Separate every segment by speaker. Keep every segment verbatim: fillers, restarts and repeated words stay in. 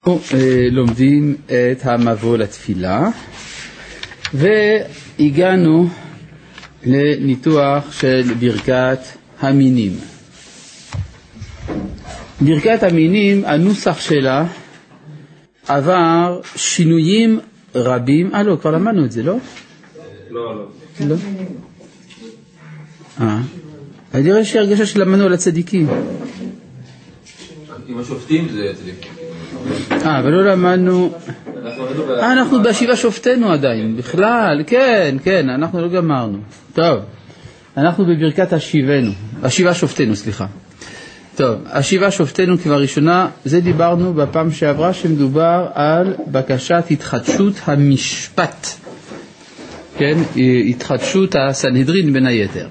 Speaker 1: אנחנו לומדים את המבוא לתפילה, והגענו לניתוח של ברכת המינים. ברכת המינים, הנוסח שלה עבר שינויים רבים. אה לא, כבר למדנו את זה, לא?
Speaker 2: לא, לא.
Speaker 1: לא? אה. אני נראה שהרגשה שלמדנו על הצדיקים.
Speaker 2: עם השופטים זה צדיקים.
Speaker 1: אה, אבל לא למדנו... אה, אנחנו בהשיבה שופטנו עדיין, בכלל, כן, כן, אנחנו לא גמרנו. טוב, אנחנו בברכת השיבנו, השיבה שופטנו, סליחה. טוב, השיבה שופטנו כבר ראשונה, זה דיברנו בפעם שעברה שמדובר על בקשת התחדשות המשפט. כן, התחדשות הסנהדרין בין היתר.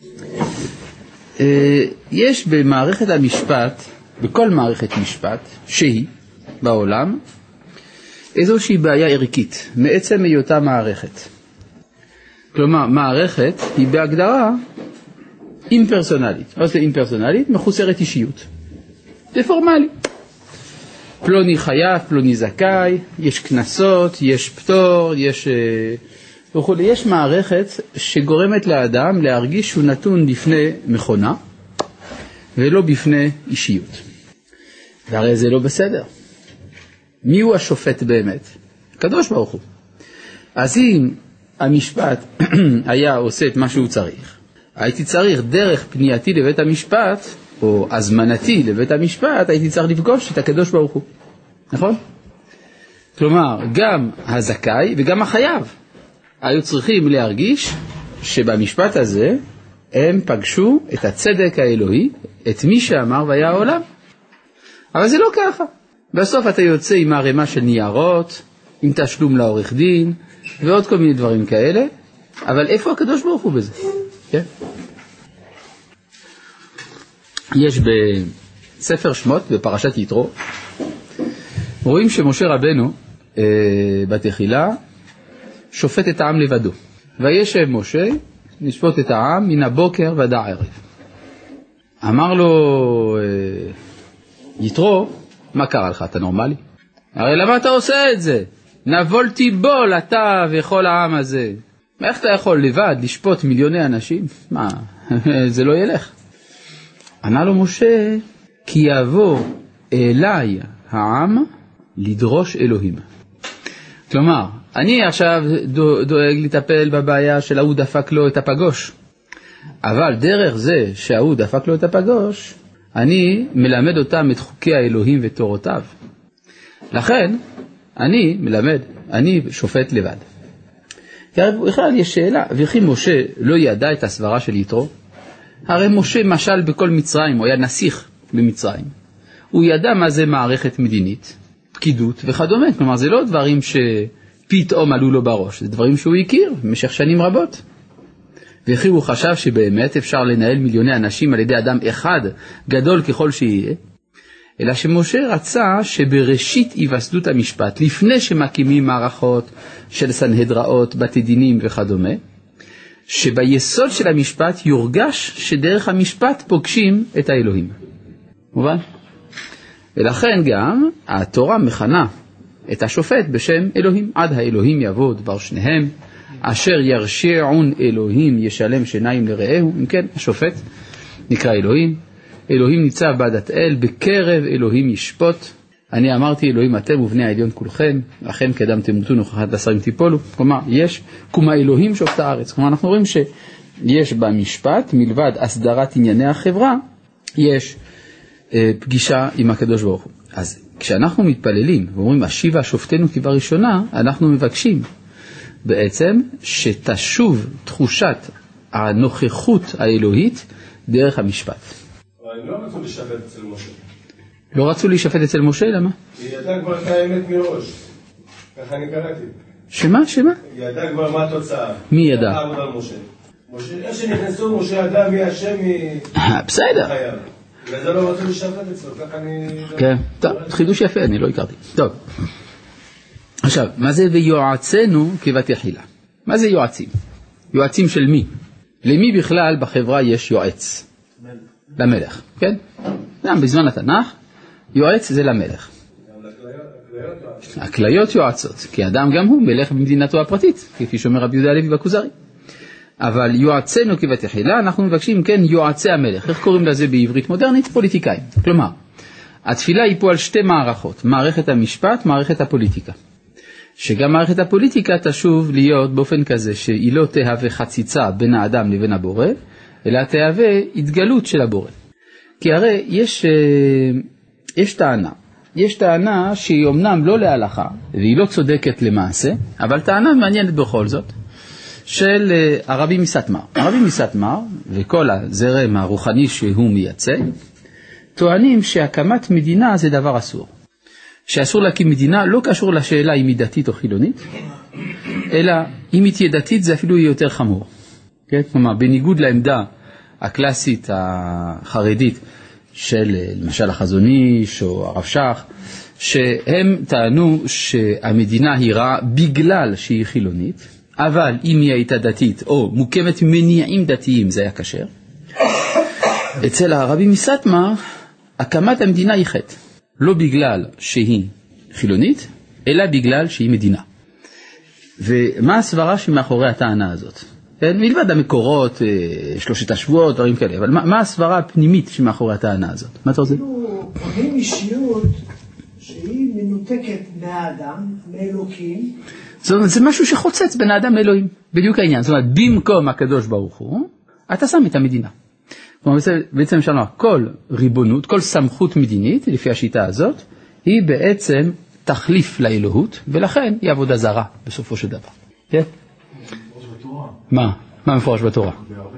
Speaker 1: יש במערכת המשפט, בכל מערכת משפט, שהיא בעולם, איזושהי בעיה ערכית, מעצם היותה מערכת. כלומר, מערכת היא בהגדרה אימפרסונלית. מה זה אימפרסונלית? מחוסרת אישיות. זה פורמלי. פלוני חייב, פלוני זכאי, יש כנסות, יש פטור, יש... וכולי. יש מערכת שגורמת לאדם להרגיש שהוא נתון בפני מכונה, ולא בפני אישיות. והרי זה לא בסדר. מי הוא השופט באמת? הקדוש ברוך הוא. אז אם המשפט היה עושה את מה שהוא צריך, הייתי צריך דרך פנייתי לבית המשפט, או הזמנתי לבית המשפט, הייתי צריך לפגוש את הקדוש ברוך הוא. נכון? כלומר, גם הזכאי וגם החייב היו צריכים להרגיש שבמשפט הזה הם פגשו את הצדק האלוהי, את מי שאמר והיה העולם. אבל זה לא ככה. בסוף אתה יוצא עם הרמה של ניירות, עם תשלום לעורך דין, ועוד כל מיני דברים כאלה. אבל איפה הקדוש ברוך הוא בזה? כן? יש בספר שמות, בפרשת יתרו, רואים שמשה רבנו אה, בתחילה שופט את העם לבדו. וישב משה לשפוט את העם מן הבוקר ועד הערב. אמר לו אה, יתרו, מה קרה לך? אתה נורמלי? הרי למה אתה עושה את זה? נבול תיבול אתה וכל העם הזה. איך אתה יכול לבד לשפוט מיליוני אנשים? מה? זה לא ילך. ענה לו משה, כי יבוא אליי העם לדרוש אלוהים. כלומר, אני עכשיו דואג לטפל בבעיה של ההוא דפק לו את הפגוש. אבל דרך זה שההוא דפק לו את הפגוש, אני מלמד אותם את חוקי האלוהים ותורותיו. לכן, אני מלמד, אני שופט לבד. בכלל יש שאלה, וכי משה לא ידע את הסברה של יתרו? הרי משה משל בכל מצרים, הוא היה נסיך במצרים. הוא ידע מה זה מערכת מדינית, פקידות וכדומה. כלומר, זה לא דברים שפתאום עלו לו בראש, זה דברים שהוא הכיר במשך שנים רבות. וכי הוא חשב שבאמת אפשר לנהל מיליוני אנשים על ידי אדם אחד, גדול ככל שיהיה, אלא שמשה רצה שבראשית היווסדות המשפט, לפני שמקימים מערכות של סנהדראות, בתי דינים וכדומה, שביסוד של המשפט יורגש שדרך המשפט פוגשים את האלוהים. מובן? ולכן גם התורה מכנה את השופט בשם אלוהים. עד האלוהים יבוא דבר שניהם, אשר ירשיעון אלוהים ישלם שיניים לרעהו. אם כן, השופט נקרא אלוהים. אלוהים ניצב בעדת אל, בקרב אלוהים ישפוט. אני אמרתי אלוהים אתם ובני העליון כולכם, לכן קדם תמותו נוכחת לשרים תיפולו. כלומר, יש קומה אלוהים שופט הארץ. כלומר, אנחנו רואים שיש במשפט, מלבד הסדרת ענייני החברה, יש אה, פגישה עם הקדוש ברוך הוא. אז כשאנחנו מתפללים ואומרים השיבה שופטנו כבראשונה, ראשונה, אנחנו מבקשים בעצם שתשוב תחושת הנוכחות האלוהית דרך המשפט.
Speaker 2: אבל הם לא רצו להישפט אצל משה.
Speaker 1: לא רצו להישפט אצל משה, למה?
Speaker 2: היא ידעה כבר את האמת מראש. ככה אני קראתי.
Speaker 1: שמה? שמה?
Speaker 2: היא ידעה כבר מה התוצאה.
Speaker 1: מי ידע?
Speaker 2: העבודה על משה. משה, איך שנכנסו, משה ידע מי השם מ...
Speaker 1: בסדר.
Speaker 2: וזה לא רצו להישפט אצלו, ככה אני...
Speaker 1: כן, טוב, חידוש יפה, אני לא הכרתי. טוב. עכשיו, מה זה ויועצנו כבתחילה? מה זה יועצים? יועצים של מי? למי בכלל בחברה יש יועץ? למלך, כן? גם בזמן התנ"ך, יועץ זה למלך. הכליות יועצות, כי האדם גם הוא מלך במדינתו הפרטית, כפי שאומר רבי יהודה הלוי בכוזרי. אבל יועצנו כבתחילה, אנחנו מבקשים כן יועצי המלך. איך קוראים לזה בעברית מודרנית? פוליטיקאים. כלומר, התפילה היא פה על שתי מערכות, מערכת המשפט, מערכת הפוליטיקה. שגם מערכת הפוליטיקה תשוב להיות באופן כזה שהיא לא תהווה חציצה בין האדם לבין הבורא, אלא תהווה התגלות של הבורא. כי הרי יש, יש טענה, יש טענה שהיא אומנם לא להלכה, והיא לא צודקת למעשה, אבל טענה מעניינת בכל זאת, של הרבי מסתמר. הרבי מסתמר וכל הזרם הרוחני שהוא מייצג, טוענים שהקמת מדינה זה דבר אסור. שאסור להקים מדינה לא קשור לשאלה אם היא דתית או חילונית, אלא אם היא תהיה דתית זה אפילו יהיה יותר חמור. כן? כלומר, בניגוד לעמדה הקלאסית החרדית של למשל החזון איש או הרב שך, שהם טענו שהמדינה היא רעה בגלל שהיא חילונית, אבל אם היא הייתה דתית או מוקמת מניעים דתיים זה היה כשר. אצל הרבי מסתמר, הקמת המדינה היא חטא. לא בגלל שהיא חילונית, אלא בגלל שהיא מדינה. ומה הסברה שמאחורי הטענה הזאת? מלבד המקורות, שלושת השבועות, דברים כאלה, אבל מה, מה הסברה הפנימית שמאחורי הטענה הזאת? מה אתה רוצה?
Speaker 3: בונים אישיות שהיא מנותקת מהאדם, מאלוקים.
Speaker 1: זאת אומרת, זה משהו שחוצץ בין האדם לאלוהים. בדיוק העניין. זאת אומרת, במקום הקדוש ברוך הוא, אתה שם את המדינה. כלומר, בעצם אפשר לומר, כל ריבונות, כל סמכות מדינית, לפי השיטה הזאת, היא בעצם תחליף לאלוהות, ולכן היא עבודה זרה בסופו של דבר. כן? מה? מה מפורש בתורה?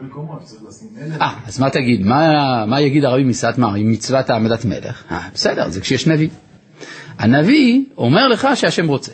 Speaker 1: אה, אז מה תגיד? מה יגיד הרבי מסתמר עם מצוות העמדת מלך? אה, בסדר, זה כשיש נביא. הנביא אומר לך שהשם רוצה.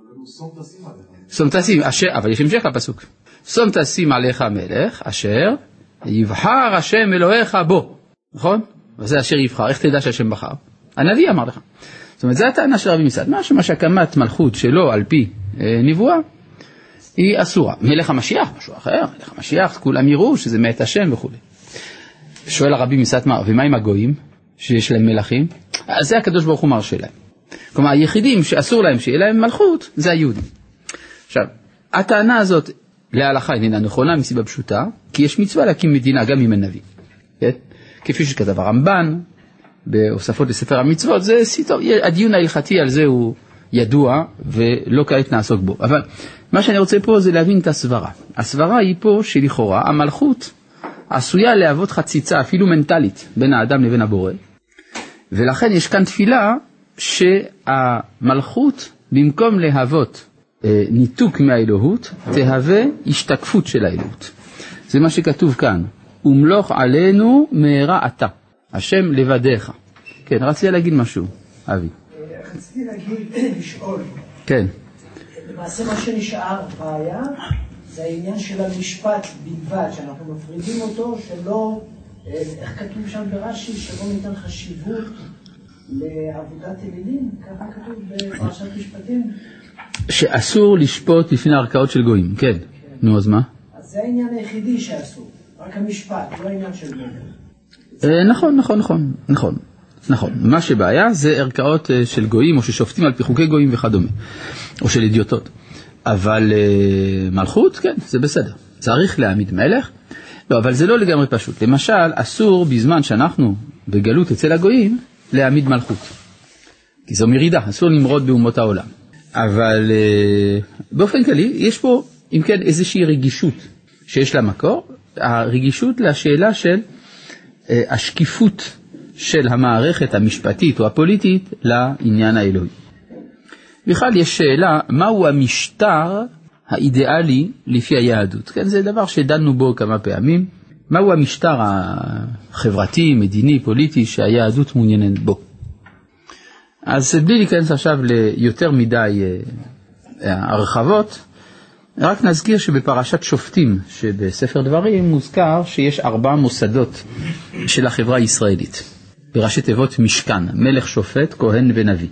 Speaker 1: שום תשים, אבל יש המשך לפסוק. שום תשים עליך מלך, אשר יבחר השם אלוהיך בו. נכון? וזה אשר יבחר. איך תדע שהשם בחר? הנביא אמר לך. זאת אומרת, זה הטענה של רבי מסתמר, שמה שהקמת מלכות שלו על פי אה, נבואה, היא אסורה. מלך המשיח, משהו אחר, מלך המשיח, כולם יראו שזה מאת השם וכו'. שואל הרבי מסתמר, ומה עם הגויים שיש להם מלכים? אז זה הקדוש ברוך הוא מרשה להם. כלומר, היחידים שאסור להם שיהיה להם מלכות, זה היהודים. עכשיו, הטענה הזאת להלכה איננה נכונה מסיבה פשוטה, כי יש מצווה להקים מדינה גם עם הנביא. כן? כפי שכתב הרמב"ן, בהוספות לספר המצוות, זה סיטו, הדיון ההלכתי על זה הוא ידוע, ולא כעת נעסוק בו. אבל מה שאני רוצה פה זה להבין את הסברה. הסברה היא פה שלכאורה, המלכות עשויה להוות חציצה, אפילו מנטלית, בין האדם לבין הבורא. ולכן יש כאן תפילה שהמלכות, במקום להוות אה, ניתוק מהאלוהות, תהווה השתקפות של האלוהות. זה מה שכתוב כאן. ומלוך עלינו מהרה אתה, השם לבדיך. כן, רציתי להגיד משהו, אבי.
Speaker 3: רציתי להגיד, לשאול.
Speaker 1: כן.
Speaker 3: למעשה מה שנשאר בעיה, זה העניין של המשפט בלבד, שאנחנו מפרידים אותו, שלא, איך כתוב שם ברש"י, שלא ניתן חשיבות לעבודת אלילים, ככה כתוב בפרשת משפטים.
Speaker 1: שאסור לשפוט לפני ערכאות של גויים, כן. כן. נו, אז מה?
Speaker 3: אז זה העניין היחידי שאסור, רק המשפט, לא העניין של גויים.
Speaker 1: נכון, נכון, נכון, נכון, נכון. מה שבעיה זה ערכאות של גויים או ששופטים על פי חוקי גויים וכדומה, או של אידיוטות. אבל מלכות, כן, זה בסדר. צריך להעמיד מלך, לא, אבל זה לא לגמרי פשוט. למשל, אסור בזמן שאנחנו בגלות אצל הגויים להעמיד מלכות. כי זו מרידה, אסור למרוד באומות העולם. אבל באופן כללי, יש פה, אם כן, איזושהי רגישות שיש לה מקור, הרגישות לשאלה של השקיפות של המערכת המשפטית או הפוליטית לעניין האלוהי. בכלל יש שאלה, מהו המשטר האידיאלי לפי היהדות? כן, זה דבר שדנו בו כמה פעמים. מהו המשטר החברתי, מדיני, פוליטי שהיהדות מעוניינת בו? אז בלי להיכנס עכשיו ליותר מדי הרחבות, רק נזכיר שבפרשת שופטים, שבספר דברים מוזכר שיש ארבע מוסדות של החברה הישראלית. בראשי תיבות משכן, מלך, שופט, כהן ונביא.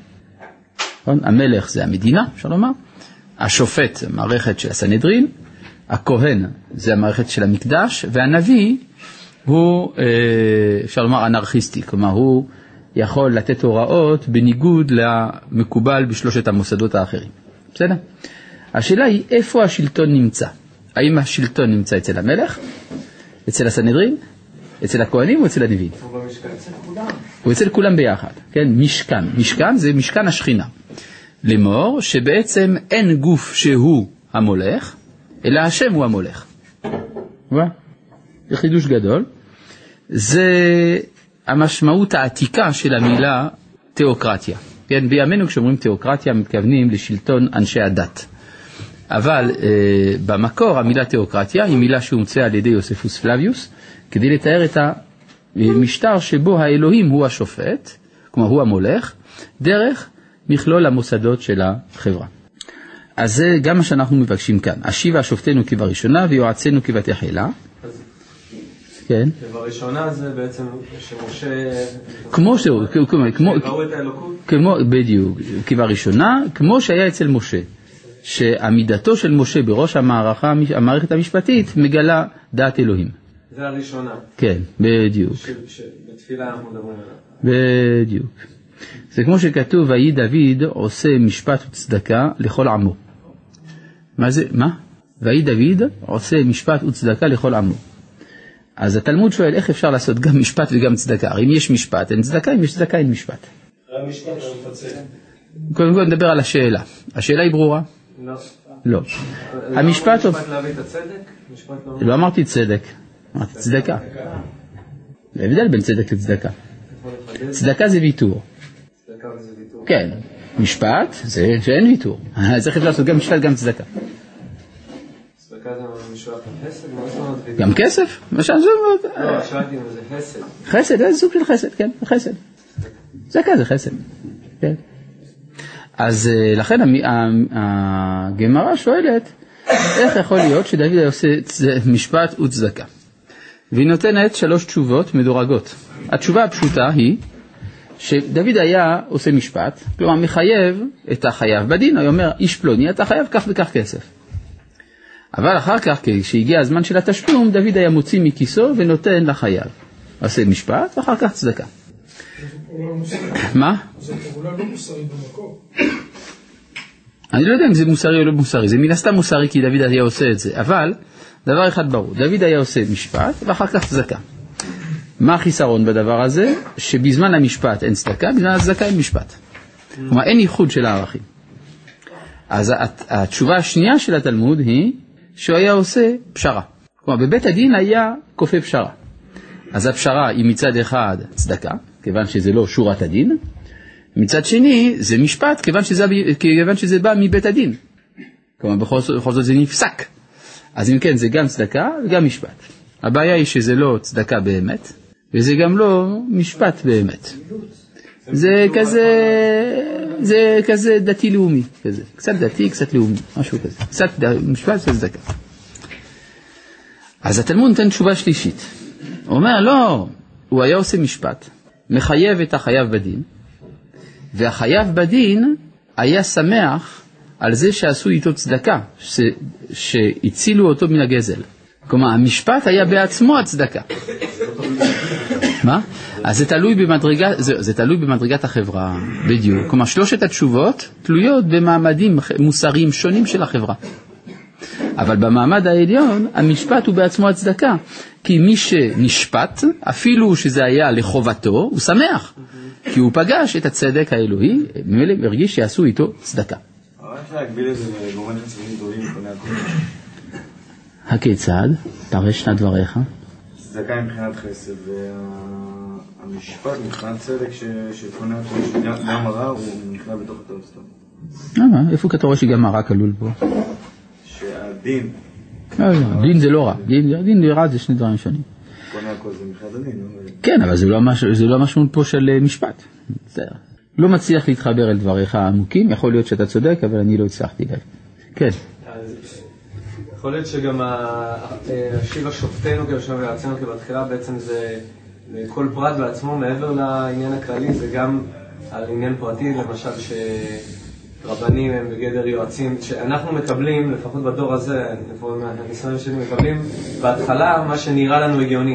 Speaker 1: המלך זה המדינה, אפשר לומר. השופט זה המערכת של הסנהדרין. הכהן זה המערכת של המקדש. והנביא הוא, אפשר לומר, אנרכיסטי. כלומר, הוא יכול לתת הוראות בניגוד למקובל בשלושת המוסדות האחרים. בסדר? השאלה היא איפה השלטון נמצא. האם השלטון נמצא אצל המלך, אצל הסנהדרין, אצל הכהנים או אצל הנביאים?
Speaker 3: אצל כולם.
Speaker 1: הוא אצל כולם ביחד, כן? משכן. משכן זה משכן השכינה. לאמור שבעצם אין גוף שהוא המולך, אלא השם הוא המולך. זה חידוש גדול. זה המשמעות העתיקה של המילה תיאוקרטיה. כן? בימינו כשאומרים תיאוקרטיה מתכוונים לשלטון אנשי הדת. אבל אה, במקור המילה תיאוקרטיה היא מילה שהומצאה על ידי יוספוס פלביוס, כדי לתאר את המשטר שבו האלוהים הוא השופט, כלומר הוא המולך, דרך מכלול המוסדות של החברה. אז זה גם מה שאנחנו מבקשים כאן. השיבה שופטנו כבראשונה ויועצנו כבתחילה. כן.
Speaker 4: כבראשונה זה בעצם שמשה...
Speaker 1: כמו שהוא, כמו...
Speaker 4: ראו את האלוקות?
Speaker 1: כמו, בדיוק, כבראשונה, כמו שהיה אצל משה. שעמידתו של משה בראש המערכה, המערכת המשפטית, מגלה דעת אלוהים.
Speaker 4: זה הראשונה.
Speaker 1: כן, בדיוק.
Speaker 4: שבתפילה אנחנו מדברים עליו.
Speaker 1: בדיוק. זה כמו שכתוב, ויהי דוד עושה משפט וצדקה לכל עמו. מה זה? מה? ויהי דוד עושה משפט וצדקה לכל עמו. אז התלמוד שואל, איך אפשר לעשות גם משפט וגם צדקה? אם יש משפט, אין צדקה, אם יש צדקה, אין משפט.
Speaker 2: המשפט לא מפצל.
Speaker 1: קודם כל נדבר על השאלה. השאלה היא ברורה?
Speaker 4: לא.
Speaker 1: לא. המשפט...
Speaker 4: משפט להביא את הצדק?
Speaker 1: לא אמרתי צדק, אמרתי צדקה. זה הבדל בין צדק לצדקה. צדקה זה ויתור.
Speaker 4: צדקה זה ויתור.
Speaker 1: כן. משפט זה שאין ויתור. אז איך אפשר לעשות גם משפט גם צדקה?
Speaker 4: צדקה זה משולח לחסד?
Speaker 1: גם כסף? מה שאני זו...
Speaker 4: לא, שאלתי אם זה חסד.
Speaker 1: חסד, זה סוג של חסד, כן, חסד. צדקה זה חסד, כן. אז לכן הגמרא שואלת, איך יכול להיות שדוד היה עושה משפט וצדקה? והיא נותנת שלוש תשובות מדורגות. התשובה הפשוטה היא, שדוד היה עושה משפט, כלומר מחייב את החייב בדין, הוא אומר, איש פלוני, אתה חייב כך וכך כסף. אבל אחר כך, כשהגיע הזמן של התשלום, דוד היה מוציא מכיסו ונותן לחייב. עושה משפט, ואחר כך צדקה. מה?
Speaker 2: זה פעולה לא מוסרי במקור.
Speaker 1: אני לא יודע אם זה מוסרי או לא מוסרי, זה מן הסתם מוסרי כי דוד היה עושה את זה, אבל דבר אחד ברור, דוד היה עושה משפט ואחר כך צדקה. מה החיסרון בדבר הזה? שבזמן המשפט אין צדקה, בזמן הצדקה אין משפט. כלומר אין ייחוד של הערכים. אז התשובה השנייה של התלמוד היא שהוא היה עושה פשרה. כלומר בבית הדין היה כופה פשרה. אז הפשרה היא מצד אחד צדקה, כיוון שזה לא שורת הדין, מצד שני זה משפט, כיוון שזה, כיוון שזה בא מבית הדין. כלומר בכל, בכל זאת זה נפסק. אז אם כן זה גם צדקה וגם משפט. הבעיה היא שזה לא צדקה באמת, וזה גם לא משפט באמת. זה כזה, זה כזה דתי לאומי, כזה. קצת דתי, קצת לאומי, משהו כזה. קצת משפט, קצת צדקה. אז התלמוד נותן תשובה שלישית. הוא אומר, לא, הוא היה עושה משפט, מחייב את החייב בדין, והחייב בדין היה שמח על זה שעשו איתו צדקה, ש... שהצילו אותו מן הגזל. כלומר, המשפט היה בעצמו הצדקה. מה? אז זה תלוי במדרגה, זה, זה תלוי במדרגת החברה, בדיוק. כלומר, שלושת התשובות תלויות במעמדים מוסריים שונים של החברה. אבל במעמד העליון, המשפט הוא בעצמו הצדקה. כי מי שנשפט, אפילו שזה היה לחובתו, הוא שמח. כי הוא פגש את הצדק האלוהי, מרגיש שיעשו איתו צדקה.
Speaker 5: אבל איך להגביל את זה בגורמים חיצוניים גדולים מפני הכל?
Speaker 1: הכיצד? תרש נא דבריך.
Speaker 5: צדקה מבחינת חסד, והמשפט מבחינת צדק שפונה אותו, שגם הרע הוא נכנע בתוך התאוסטון.
Speaker 1: למה? איפה כתוב שגם הרע כלול פה?
Speaker 5: שהדין...
Speaker 1: דין זה לא רע, דין ורע זה שני דברים שונים.
Speaker 5: פונה הכל זה מבחינת הדין.
Speaker 1: כן, אבל זה לא משמעות פה של משפט. לא מצליח להתחבר אל דבריך העמוקים, יכול להיות שאתה צודק, אבל אני לא הצלחתי לב. כן.
Speaker 4: יכול להיות שגם השיבה שופטנו כראשונה ויועצנו כבתחילה בעצם זה כל פרט בעצמו מעבר לעניין הכללי, זה גם על עניין פרטי, למשל שרבנים הם בגדר יועצים, שאנחנו מקבלים, לפחות בדור הזה, הניסיון שלי מקבלים בהתחלה מה שנראה לנו הגיוני.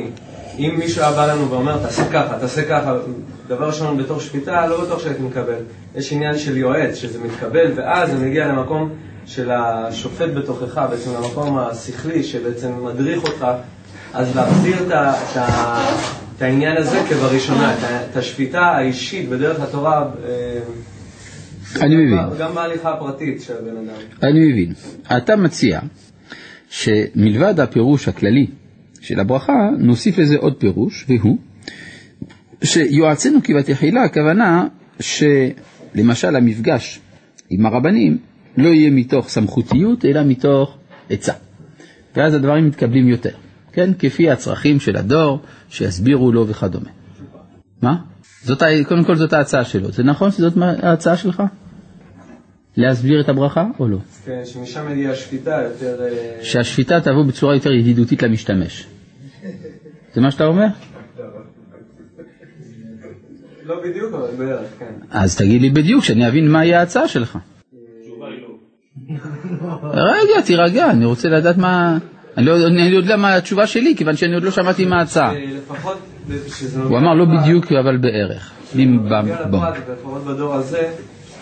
Speaker 4: אם מישהו היה בא לנו ואומר, תעשה ככה, תעשה ככה, דבר ראשון בתור שפיטה, לא בטוח שהייתי מקבל. יש עניין של יועץ, שזה מתקבל, ואז זה מגיע למקום של השופט בתוכך, בעצם למקום השכלי, שבעצם מדריך אותך, אז להחזיר את, את, את העניין הזה כבראשונה, את השפיטה האישית בדרך התורה,
Speaker 1: אני מבין.
Speaker 4: גם בהליכה הפרטית של הבן אדם.
Speaker 1: אני מבין. אתה מציע שמלבד הפירוש הכללי של הברכה, נוסיף לזה עוד פירוש, והוא שיועצנו כי בתחילה, הכוונה שלמשל המפגש עם הרבנים לא יהיה מתוך סמכותיות, אלא מתוך עצה. ואז הדברים מתקבלים יותר. כן? כפי הצרכים של הדור, שיסבירו לו וכדומה. מה? זאת, קודם כל זאת ההצעה שלו. זה נכון שזאת ההצעה שלך? להסביר את הברכה או לא?
Speaker 4: כן, שמשם הגיעה השפיטה יותר...
Speaker 1: שהשפיטה תבוא בצורה יותר ידידותית למשתמש. זה מה שאתה אומר?
Speaker 4: לא בדיוק, אבל בערך, כן.
Speaker 1: אז תגיד לי בדיוק, שאני אבין מהי ההצעה שלך. רגע, תירגע, אני רוצה לדעת מה... אני לא יודע מה התשובה שלי, כיוון שאני עוד לא שמעתי מה ההצעה. הוא אמר לא בדיוק, אבל בערך.
Speaker 4: לפחות בדור הזה,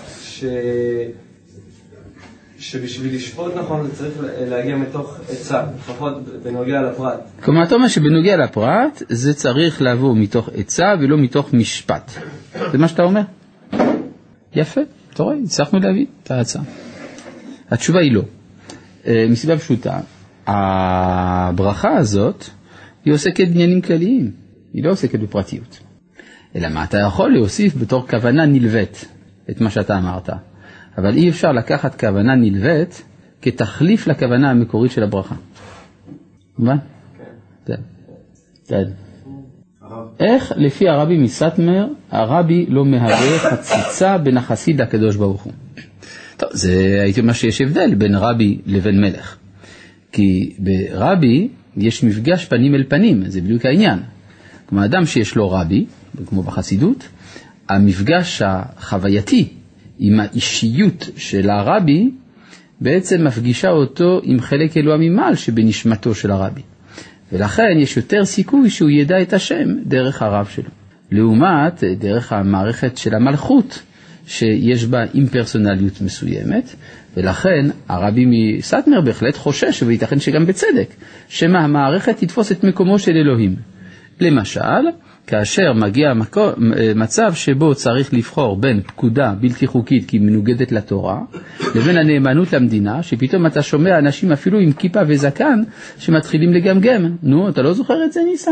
Speaker 4: שבשביל לשפוט נכון זה צריך להגיע מתוך עצה, לפחות בנוגע לפרט.
Speaker 1: כלומר, אתה אומר שבנוגע לפרט זה צריך לבוא מתוך עצה ולא מתוך משפט. זה מה שאתה אומר? יפה, אתה רואה, הצלחנו להביא את ההצעה. התשובה היא לא. מסיבה פשוטה, הברכה הזאת היא עוסקת בעניינים כלליים, היא לא עוסקת בפרטיות. אלא מה אתה יכול להוסיף בתור כוונה נלווית את מה שאתה אמרת. אבל אי אפשר לקחת כוונה נלווית כתחליף לכוונה המקורית של הברכה. מה? כן. כן. איך לפי הרבי מסטמר, הרבי לא מהווה חציצה בין החסיד לקדוש ברוך הוא? טוב, זה הייתי אומר שיש הבדל בין רבי לבין מלך. כי ברבי יש מפגש פנים אל פנים, זה בדיוק העניין. כמו אדם שיש לו רבי, כמו בחסידות, המפגש החווייתי עם האישיות של הרבי, בעצם מפגישה אותו עם חלק אלוה ממעל שבנשמתו של הרבי. ולכן יש יותר סיכוי שהוא ידע את השם דרך הרב שלו. לעומת דרך המערכת של המלכות, שיש בה אימפרסונליות מסוימת, ולכן הרבי מסטמר בהחלט חושש, וייתכן שגם בצדק, שמה המערכת תתפוס את מקומו של אלוהים. למשל, כאשר מגיע מקו, מצב שבו צריך לבחור בין פקודה בלתי חוקית כי מנוגדת לתורה, לבין הנאמנות למדינה, שפתאום אתה שומע אנשים אפילו עם כיפה וזקן שמתחילים לגמגם. נו, אתה לא זוכר את זה, ניסן?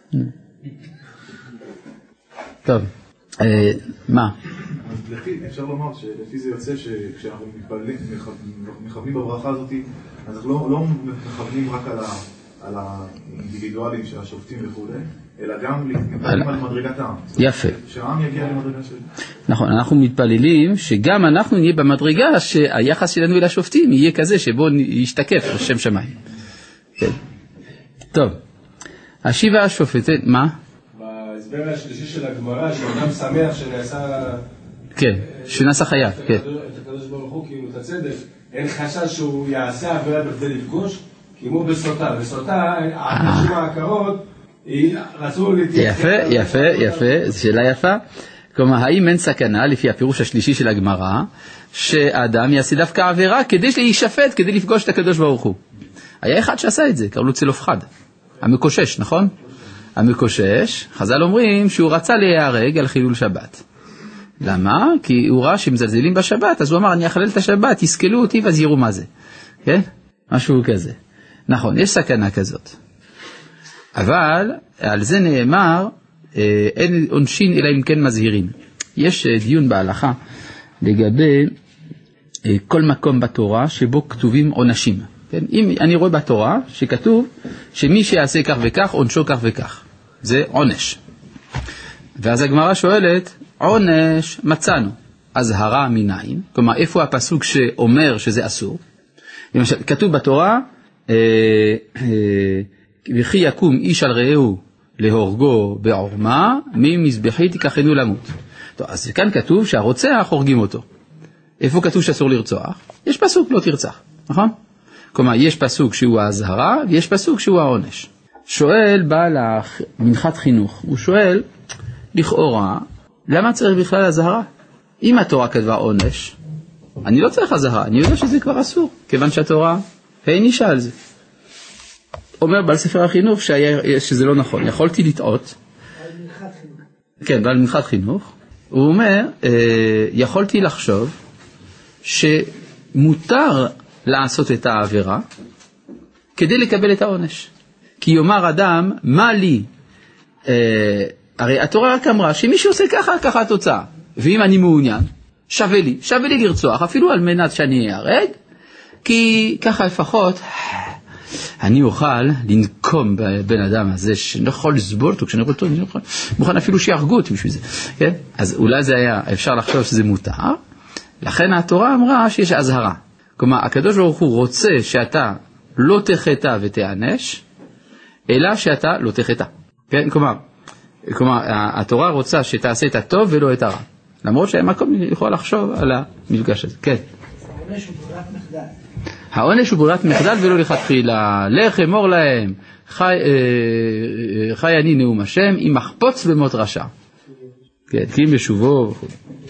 Speaker 1: טוב, אה, מה?
Speaker 6: אפשר לומר שלפי זה יוצא שכשאנחנו מכוונים בברכה הזאת, אז אנחנו לא מכוונים רק על האינדיבידואלים של השופטים וכו', אלא גם מתפללים על מדרגת העם.
Speaker 1: יפה.
Speaker 6: שהעם יגיע למדרגה של...
Speaker 1: נכון, אנחנו מתפללים שגם אנחנו נהיה במדרגה שהיחס שלנו אל השופטים יהיה כזה שבו ישתקף לשם שמיים. כן. טוב, השיבה השופטת, מה?
Speaker 2: בהסבר השלישי של הגמרא, שאדם שמח שנעשה...
Speaker 1: כן, שנעשה חייב, כן.
Speaker 2: את הקדוש ברוך הוא, כאילו את הצדק, אין חשש שהוא יעשה עבירה בכדי לפגוש, כמו בסוטה. בסוטה, האנשים העקרות, רצו להתייחס...
Speaker 1: יפה, יפה, יפה, זו שאלה יפה. כלומר, האם אין סכנה, לפי הפירוש השלישי של הגמרא, שהאדם יעשה דווקא עבירה כדי להישפט, כדי לפגוש את הקדוש ברוך הוא? היה אחד שעשה את זה, קראו לו צלופחד. המקושש, נכון? המקושש, חז"ל אומרים שהוא רצה להיהרג על חילול שבת. למה? כי הוא ראה שמזלזלים בשבת, אז הוא אמר, אני אחלל את השבת, תסכלו אותי ואז יראו מה זה. כן? משהו כזה. נכון, יש סכנה כזאת. אבל על זה נאמר, אין עונשין אלא אם כן מזהירים. יש דיון בהלכה לגבי כל מקום בתורה שבו כתובים עונשים. כן? אם אני רואה בתורה שכתוב שמי שיעשה כך וכך, עונשו כך וכך. זה עונש. ואז הגמרא שואלת, עונש מצאנו, אזהרה מנין? כלומר, איפה הפסוק שאומר שזה אסור? למשל, כתוב בתורה, אה, אה, וכי יקום איש על רעהו להורגו בעורמה, ממזבחי תיקחנו למות. טוב, אז כאן כתוב שהרוצח הורגים אותו. איפה כתוב שאסור לרצוח? יש פסוק לא תרצח, נכון? כלומר, יש פסוק שהוא האזהרה, ויש פסוק שהוא העונש. שואל בעל מנחת חינוך, הוא שואל, לכאורה, למה צריך בכלל אזהרה? אם התורה כתבה עונש, אני לא צריך אזהרה, אני יודע שזה כבר אסור, כיוון שהתורה הענישה על זה. אומר בעל ספר החינוך שהיה, שזה לא נכון, יכולתי לטעות.
Speaker 3: בעל מנחת חינוך.
Speaker 1: כן, בעל מנחת חינוך. הוא אומר, אה, יכולתי לחשוב שמותר לעשות את העבירה כדי לקבל את העונש. כי יאמר אדם, מה לי? אה, הרי התורה רק אמרה שמי שעושה ככה, ככה התוצאה. ואם אני מעוניין, שווה לי, שווה לי לרצוח, אפילו על מנת שאני אהרג, כי ככה לפחות אני אוכל לנקום בבן אדם הזה, שאני לא יכול לסבול אותו, כשאני רואה אותו, אני לא יכול, מוכן אפילו שיהרגו אותי בשביל זה. כן? אז אולי זה היה, אפשר לחשוב שזה מותר, לכן התורה אמרה שיש אזהרה. כלומר, הקדוש ברוך הוא רוצה שאתה לא תחטא ותענש, אלא שאתה לא תחטא. כן? כלומר, כלומר, התורה רוצה שתעשה את הטוב ולא את הרע. למרות שהמקום יכול לחשוב על המפגש הזה. כן.
Speaker 3: העונש הוא ברירת מחדל.
Speaker 1: העונש הוא ברירת מחדל ולא לכתחילה. לך אמור להם, חי, אה, חי אני נאום השם, אם מחפוץ במות רשע. כן, כי אם בשובו וכו'.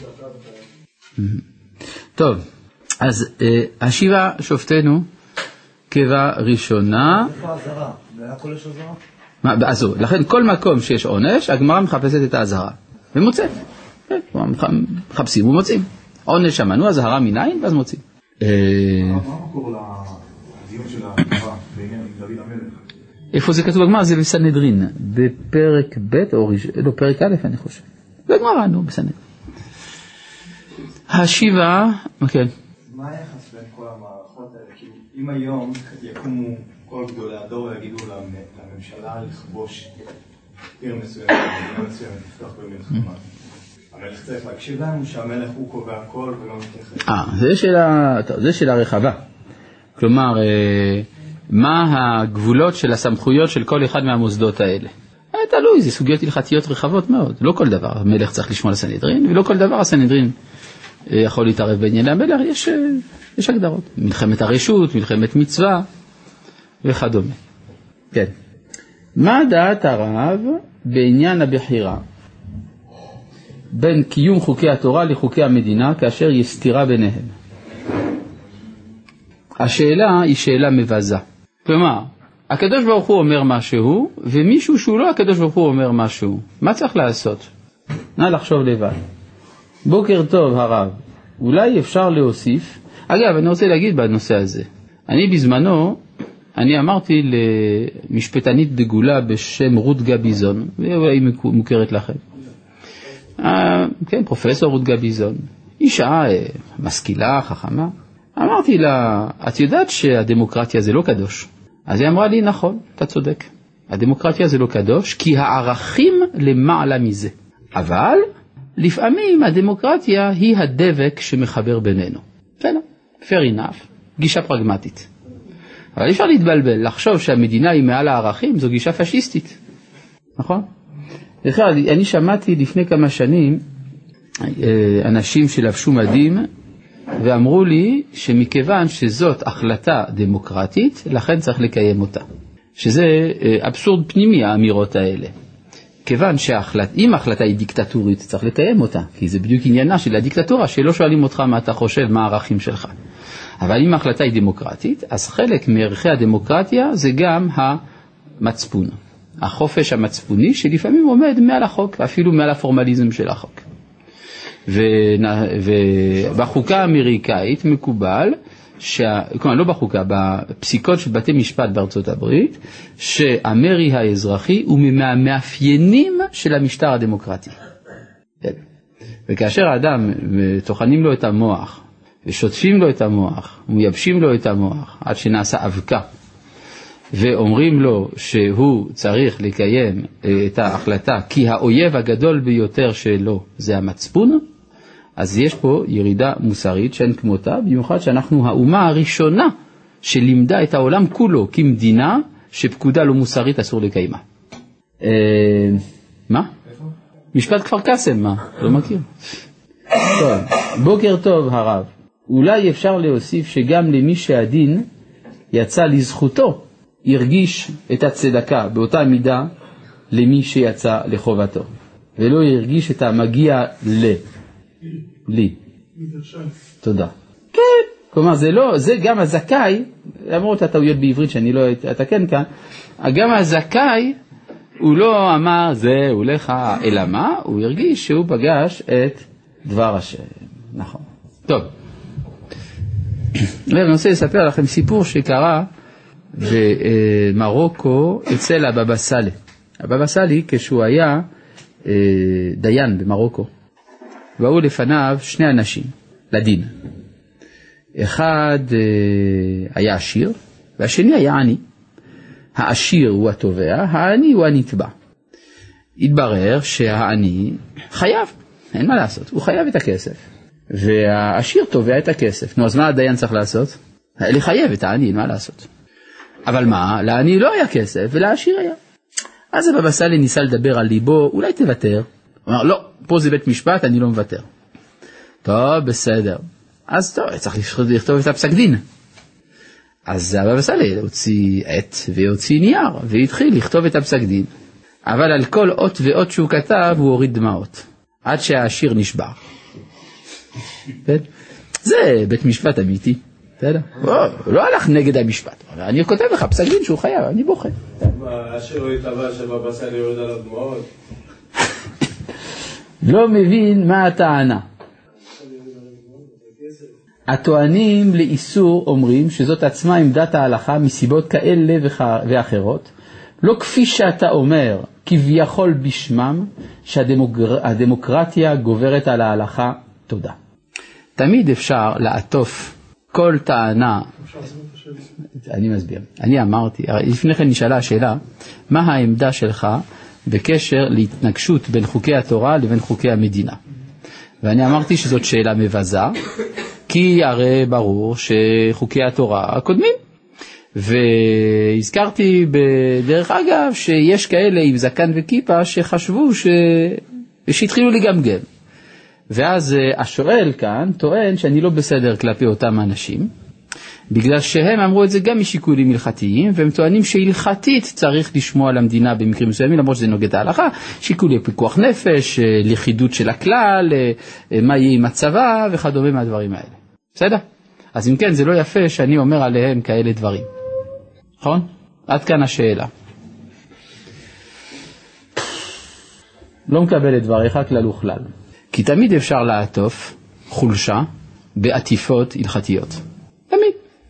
Speaker 1: טוב, אז אה, השיבה שופטנו קבע ראשונה.
Speaker 6: איפה האזהרה? והכל יש אזהרה?
Speaker 1: מה, אז לכן כל מקום שיש עונש, הגמרא מחפשת את האזהרה. ומוצאת. כן, מחפשים ומוצאים. עונש שמענו, אזהרה מניין, ואז מוצאים.
Speaker 6: מה המקור לדיון של הגמרא בעניין דוד המלך?
Speaker 1: איפה זה כתוב בגמרא? זה בסנהדרין. בפרק ב' או לא, פרק א' אני חושב. בגמרא, נו, בסנהדרין. השיבה, כן.
Speaker 7: מה היחס בין כל המערכות האלה? כי אם היום יקומו כל גדולי הדור ויגידו לממשלה לכבוש עיר מסוימת, מדינה מסוימת, לפתוח במלחמה. המלך צריך להקשיב להם שהמלך הוא קובע הכל ולא מתייחס.
Speaker 1: אה, זה שאלה, זה שאלה רחבה. כלומר, מה הגבולות של הסמכויות של כל אחד מהמוסדות האלה? תלוי, זה סוגיות הלכתיות רחבות מאוד. לא כל דבר המלך צריך לשמוע לסנהדרין, ולא כל דבר הסנהדרין יכול להתערב בענייני המלך. יש, יש הגדרות. מלחמת הרשות, מלחמת מצווה וכדומה. כן. מה דעת הרב בעניין הבחירה בין קיום חוקי התורה לחוקי המדינה כאשר יש סתירה ביניהם? השאלה היא שאלה מבזה. כלומר, הקדוש ברוך הוא אומר משהו, ומישהו שהוא לא הקדוש ברוך הוא אומר משהו. מה צריך לעשות? נא לחשוב לבד. בוקר טוב הרב. אולי אפשר להוסיף. אגב, אני רוצה להגיד בנושא הזה. אני בזמנו, אני אמרתי למשפטנית דגולה בשם רות גביזון, והיא מוכרת לכם. כן, פרופסור רות גביזון. אישה משכילה, חכמה. אמרתי לה, את יודעת שהדמוקרטיה זה לא קדוש? אז היא אמרה לי, נכון, אתה צודק. הדמוקרטיה זה לא קדוש, כי הערכים למעלה מזה. אבל לפעמים הדמוקרטיה היא הדבק שמחבר בינינו. בסדר, fair enough, גישה פרגמטית. אבל אפשר להתבלבל, לחשוב שהמדינה היא מעל הערכים, זו גישה פשיסטית. נכון? בכלל, אני שמעתי לפני כמה שנים אנשים שלבשו מדים, ואמרו לי שמכיוון שזאת החלטה דמוקרטית, לכן צריך לקיים אותה. שזה אבסורד פנימי, האמירות האלה. כיוון שאם ההחלטה היא דיקטטורית, צריך לקיים אותה. כי זה בדיוק עניינה של הדיקטטורה, שלא שואלים אותך מה אתה חושב, מה הערכים שלך. אבל אם ההחלטה היא דמוקרטית, אז חלק מערכי הדמוקרטיה זה גם המצפון. החופש המצפוני שלפעמים עומד מעל החוק, אפילו מעל הפורמליזם של החוק. ובחוקה האמריקאית מקובל, שה... כלומר לא בחוקה, בפסיקות של בתי משפט בארצות הברית, שהמרי האזרחי הוא מהמאפיינים של המשטר הדמוקרטי. וכאשר האדם תוכנים לו את המוח, ושוטפים לו את המוח, ומייבשים לו את המוח, עד שנעשה אבקה, ואומרים לו שהוא צריך לקיים את ההחלטה, כי האויב הגדול ביותר שלו זה המצפון, אז יש פה ירידה מוסרית שאין כמותה, במיוחד שאנחנו האומה הראשונה שלימדה את העולם כולו כמדינה שפקודה לא מוסרית אסור לקיימה. מה? משפט כפר קאסם, מה? לא מכיר. טוב, בוקר טוב הרב. אולי אפשר להוסיף שגם למי שהדין יצא לזכותו ירגיש את הצדקה באותה מידה למי שיצא לחובתו, ולא ירגיש את המגיע ל... לי. תודה. כן. כלומר, זה לא, זה גם הזכאי, למרות הטעויות בעברית שאני לא אתקן כאן, גם הזכאי, הוא לא אמר זה, הוא לך, אלא מה? הוא הרגיש שהוא פגש את דבר השם. נכון. טוב. אני רוצה לספר לכם סיפור שקרה במרוקו אצל הבבא סאלי. הבבא סאלי, כשהוא היה דיין במרוקו, באו לפניו שני אנשים לדין. אחד היה עשיר והשני היה עני. העשיר הוא התובע, העני הוא הנתבע. התברר שהעני חייב, אין מה לעשות, הוא חייב את הכסף. והעשיר תובע את הכסף. נו, אז מה הדיין צריך לעשות? לחייב את העני, אין מה לעשות. אבל מה? לעני לא היה כסף ולעשיר היה. אז הבבא סאלי ניסה לדבר על ליבו, אולי תוותר. הוא אמר, לא, פה זה בית משפט, אני לא מוותר. טוב, בסדר. אז טוב, צריך לכתוב את הפסק דין. אז הבבא סאלי הוציא עט והוציא נייר, והתחיל לכתוב את הפסק דין. אבל על כל אות ואות שהוא כתב, הוא הוריד דמעות. עד שהעשיר נשבר. זה בית משפט אמיתי. הוא לא הלך נגד המשפט. אני כותב לך פסק דין שהוא חייב, אני בוכה.
Speaker 2: העשיר הוא התאבא שבבא סאלי יוריד עליו דמעות.
Speaker 1: לא מבין מה הטענה. הטוענים לאיסור אומרים שזאת עצמה עמדת ההלכה מסיבות כאלה ואחרות, לא כפי שאתה אומר, כביכול בשמם, שהדמוקרטיה גוברת על ההלכה. תודה. תמיד אפשר לעטוף כל טענה. אני מסביר. אני אמרתי, לפני כן נשאלה השאלה, מה העמדה שלך בקשר להתנגשות בין חוקי התורה לבין חוקי המדינה? ואני אמרתי שזאת שאלה מבזה, כי הרי ברור שחוקי התורה קודמים. והזכרתי בדרך אגב שיש כאלה עם זקן וכיפה שחשבו ש... שהתחילו לגמגם. ואז השואל כאן טוען שאני לא בסדר כלפי אותם אנשים, בגלל שהם אמרו את זה גם משיקולים הלכתיים, והם טוענים שהלכתית צריך לשמוע על המדינה במקרים מסוימים, למרות שזה נוגד ההלכה, שיקולי פיקוח נפש, לכידות של הכלל, מה יהיה עם הצבא וכדומה מהדברים האלה. בסדר? אז אם כן, זה לא יפה שאני אומר עליהם כאלה דברים. נכון? עד כאן השאלה. לא מקבל את דבריך כלל וכלל. כי תמיד אפשר לעטוף חולשה בעטיפות הלכתיות. תמיד.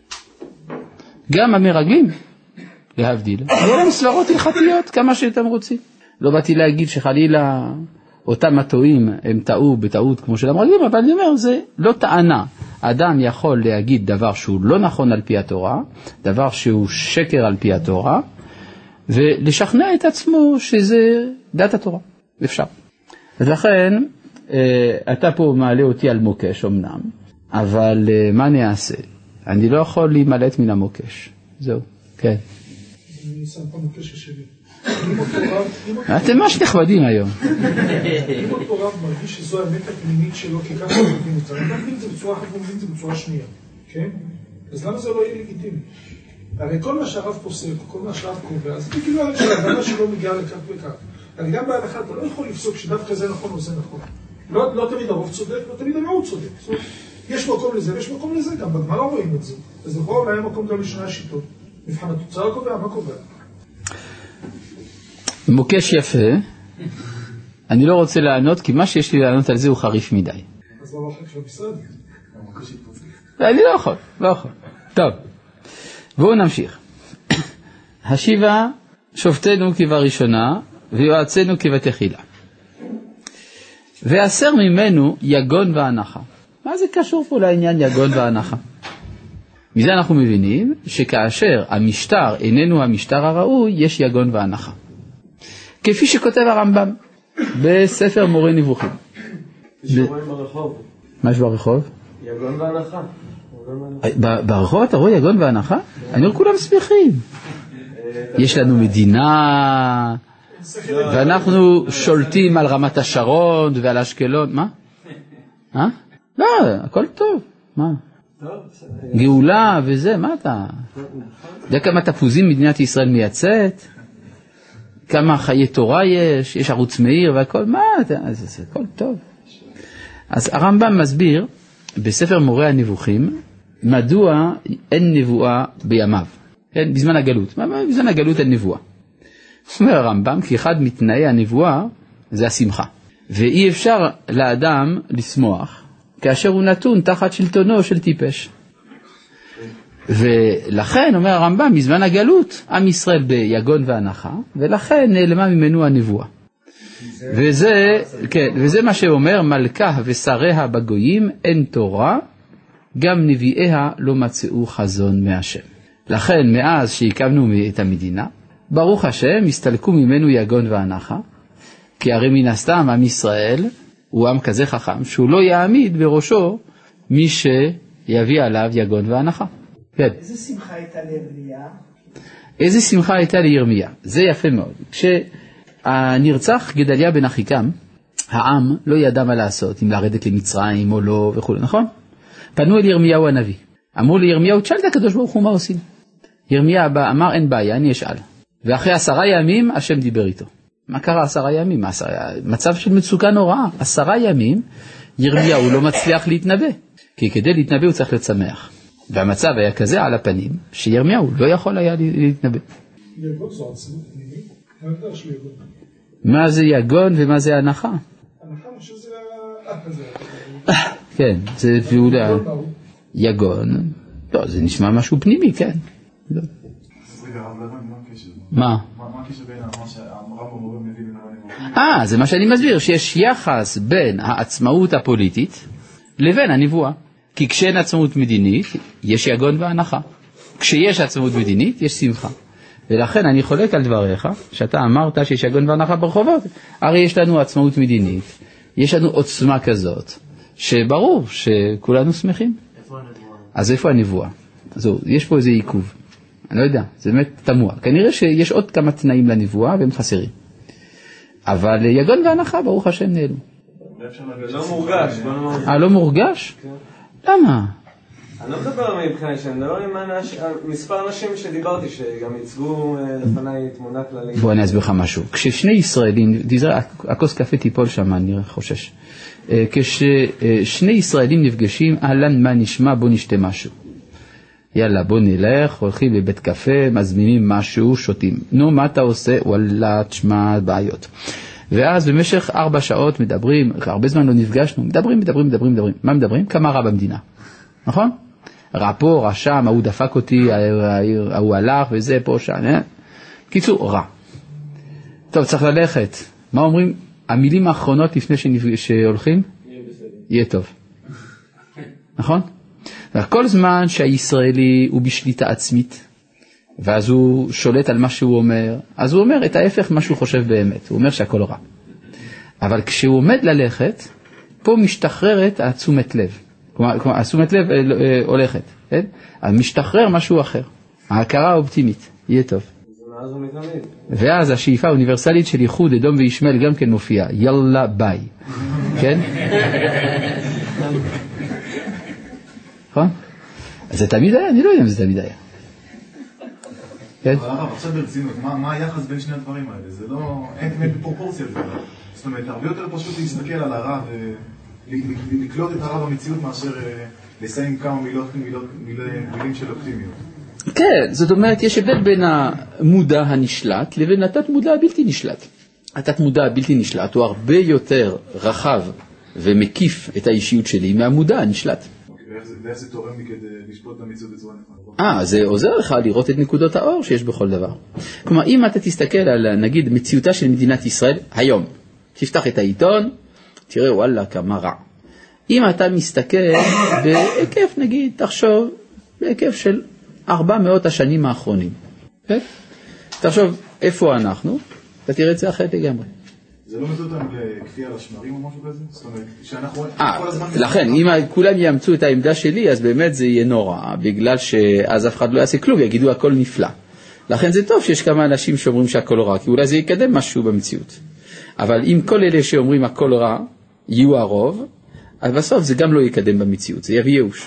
Speaker 1: גם המרגלים, להבדיל, היו להם סברות הלכתיות כמה שאתם רוצים. לא באתי להגיד שחלילה אותם הטועים הם טעו בטעות כמו של המרגלים, אבל אני אומר, זה לא טענה. אדם יכול להגיד דבר שהוא לא נכון על פי התורה, דבר שהוא שקר על פי התורה, ולשכנע את עצמו שזה דת התורה. אפשר. אז לכן, אתה פה מעלה אותי על מוקש אמנם, אבל מה אני אעשה? אני לא יכול להימלט מן המוקש. זהו, כן.
Speaker 8: אני שם פה מוקש שלי.
Speaker 1: אתם ממש נכבדים היום.
Speaker 8: אם אותו רב מרגיש שזו האמת הפנימית שלו, כי ככה הוא מבין אותה, אני מבין את זה בצורה אחת ומבין את זה בצורה שנייה, כן? אז למה זה לא יהיה לגיטימי? הרי כל מה שהרב פוסק, כל מה שהרב קובע, זה כאילו הרי שהאדמה שלו מגיעה לכך וכך. אבל גם בהלכה אתה לא יכול לפסוק שדווקא זה נכון או זה נכון. לא, לא תמיד הרוב צודק, לא תמיד המיעוט צודק. זאת אומרת, יש מקום לזה ויש מקום לזה, גם בגמרא רואים את זה. אז לכאורה אולי מקום גם לשני השיטות. מבחן התוצאה קובע, מה קובע?
Speaker 1: מוקש יפה. אני לא רוצה לענות, כי מה שיש לי לענות על זה הוא חריף מדי.
Speaker 8: אז לא לחק של המשרד?
Speaker 1: אני לא יכול, לא יכול. טוב, בואו נמשיך. השיבה שופטנו כבראשונה, ויועצנו כבתחילה. והסר ממנו יגון והנחה. מה זה קשור פה לעניין יגון והנחה? מזה אנחנו מבינים שכאשר המשטר איננו המשטר הראוי, יש יגון והנחה. כפי שכותב הרמב"ם בספר מורה נבוכים.
Speaker 4: שרואים ברחוב.
Speaker 1: מה יש ברחוב?
Speaker 4: יגון והנחה.
Speaker 1: ברחוב אתה רואה יגון והנחה? אני רואה כולם שמחים. יש לנו מדינה, ואנחנו שולטים על רמת השרון ועל אשקלון. מה? אה? לא, הכל טוב. מה? גאולה וזה, מה אתה? יודע כמה תפוזים מדינת ישראל מייצאת? כמה חיי תורה יש? יש ערוץ מאיר והכל, מה אתה? אז זה הכל טוב. אז הרמב"ם מסביר בספר מורה הנבוכים, מדוע אין נבואה בימיו, כן? בזמן הגלות. בזמן הגלות אין נבואה. אומר הרמב"ם, כי אחד מתנאי הנבואה זה השמחה. ואי אפשר לאדם לשמוח, כאשר הוא נתון תחת שלטונו של טיפש. ולכן, אומר הרמב"ם, בזמן הגלות, עם ישראל ביגון והנחה, ולכן נעלמה ממנו הנבואה. וזה, כן, וזה מה שאומר, מלכה ושריה בגויים, אין תורה, גם נביאיה לא מצאו חזון מהשם. לכן, מאז שהקמנו את המדינה, ברוך השם, הסתלקו ממנו יגון והנחה, כי הרי מן הסתם עם ישראל הוא עם כזה חכם, שהוא לא יעמיד בראשו מי שיביא עליו יגון והנחה. כן.
Speaker 3: איזה שמחה הייתה לירמיה?
Speaker 1: איזה שמחה הייתה לירמיה? זה יפה מאוד. כשהנרצח גדליה בן אחיקם, העם לא ידע מה לעשות, אם לרדת למצרים או לא וכו', נכון? פנו אל ירמיהו הנביא. אמרו לירמיהו, תשאל את הקדוש ברוך הוא מה עושים. ירמיה אמר, אין בעיה, אני אשאל. ואחרי עשרה ימים, השם דיבר איתו. מה קרה עשרה ימים? מצב של מצוקה נוראה. עשרה ימים, ירמיהו לא מצליח להתנבא. כי כדי להתנבא הוא צריך לצמח. והמצב היה כזה על הפנים, שירמיהו לא יכול היה להתנבא.
Speaker 8: יגון זו עצמות פנימית? מה הגדר של יגון?
Speaker 1: מה זה יגון ומה זה הנחה?
Speaker 8: הנחה, אני חושב שזה כזה.
Speaker 1: כן, זה פעולה. יגון. לא, זה נשמע משהו פנימי, כן.
Speaker 6: רגע, הרב לבן, מה הקשר?
Speaker 1: מה?
Speaker 6: מה הקשר בין מה שהרב המורה מביא בין הנבוכים?
Speaker 1: אה, זה מה שאני מסביר, שיש יחס בין העצמאות הפוליטית לבין הנבואה. כי כשאין עצמאות מדינית, יש יגון והנחה. כשיש עצמאות מדינית, יש שמחה. ולכן אני חולק על דבריך, שאתה אמרת שיש יגון והנחה ברחובות. הרי יש לנו עצמאות מדינית, יש לנו עוצמה כזאת, שברור שכולנו שמחים.
Speaker 5: איפה הנבואה?
Speaker 1: אז איפה הנבואה? אז יש פה איזה עיכוב. אני לא יודע, זה באמת תמוה. כנראה שיש עוד כמה תנאים לנבואה והם חסרים. אבל יגון והנחה, ברוך השם, נעלו.
Speaker 4: לא מורגש.
Speaker 1: אה, לא מורגש? למה?
Speaker 4: אני לא מדבר מבחינה שאני מדבר עם מספר אנשים שדיברתי שגם ייצגו לפניי תמונה כללית.
Speaker 1: בוא אני אסביר לך משהו. כששני ישראלים, תזרע, הכוס קפה תיפול שם, אני חושש. כששני ישראלים נפגשים, אהלן מה נשמע, בוא נשתה משהו. יאללה, בוא נלך, הולכים לבית קפה, מזמינים משהו, שותים. נו, מה אתה עושה? וואלה, תשמע, בעיות. ואז במשך ארבע שעות מדברים, הרבה זמן לא נפגשנו, מדברים, מדברים, מדברים, מדברים. מה מדברים? כמה רע במדינה. נכון? רע פה, רע שם, ההוא דפק אותי, ההוא הלך וזה פה שם. אה? קיצור, רע. טוב, צריך ללכת. מה אומרים? המילים האחרונות לפני שנפג... שהולכים? יהיה בסדר. יהיה טוב. נכון? כל זמן שהישראלי הוא בשליטה עצמית, ואז הוא שולט על מה שהוא אומר, אז הוא אומר את ההפך מה שהוא חושב באמת, הוא אומר שהכל רע. אבל כשהוא עומד ללכת, פה משתחררת התשומת לב. כלומר, כלומר התשומת לב אה, אה, הולכת, כן? אז משתחרר משהו אחר. ההכרה האופטימית, יהיה טוב. ואז השאיפה האוניברסלית של ייחוד אדום וישמעאל גם כן מופיעה, יאללה ביי. כן? נכון? אז זה תמיד היה? אני לא יודע אם זה תמיד היה.
Speaker 6: אבל הרב, עכשיו ברצינות, מה היחס בין שני הדברים האלה? זה לא, אין פרופורציה לזה. זאת אומרת, הרבה יותר פשוט להסתכל על הרע ולקלוט את הרע במציאות מאשר לסיים כמה מילים של אופטימיות.
Speaker 1: כן, זאת אומרת, יש הבדל בין המודע הנשלט לבין התת מודע הבלתי נשלט. התת מודע הבלתי נשלט הוא הרבה יותר רחב ומקיף את האישיות שלי מהמודע הנשלט.
Speaker 6: ואיך זה תורם לי כדי לשפוט את המציאות בצורה נכונה?
Speaker 1: אה, זה עוזר לך לראות את נקודות האור שיש בכל דבר. כלומר, אם אתה תסתכל על, נגיד, מציאותה של מדינת ישראל, היום, תפתח את העיתון, תראה, וואלה, כמה רע. אם אתה מסתכל בהיקף, נגיד, תחשוב, בהיקף של ארבע מאות השנים האחרונים. כן? תחשוב, איפה אנחנו? אתה תראה את זה אחרת לגמרי.
Speaker 6: זה לא מביא אותנו לכפייה על השמרים או משהו כזה? זאת אומרת, שאנחנו כל הזמן...
Speaker 1: לכן, אם כולם יאמצו את העמדה שלי, אז באמת זה יהיה נורא, בגלל שאז אף אחד לא יעשה כלום, יגידו הכל נפלא. לכן זה טוב שיש כמה אנשים שאומרים שהכל רע, כי אולי זה יקדם משהו במציאות. אבל אם כל אלה שאומרים הכל רע, יהיו הרוב, אז בסוף זה גם לא יקדם במציאות, זה יביא ייאוש.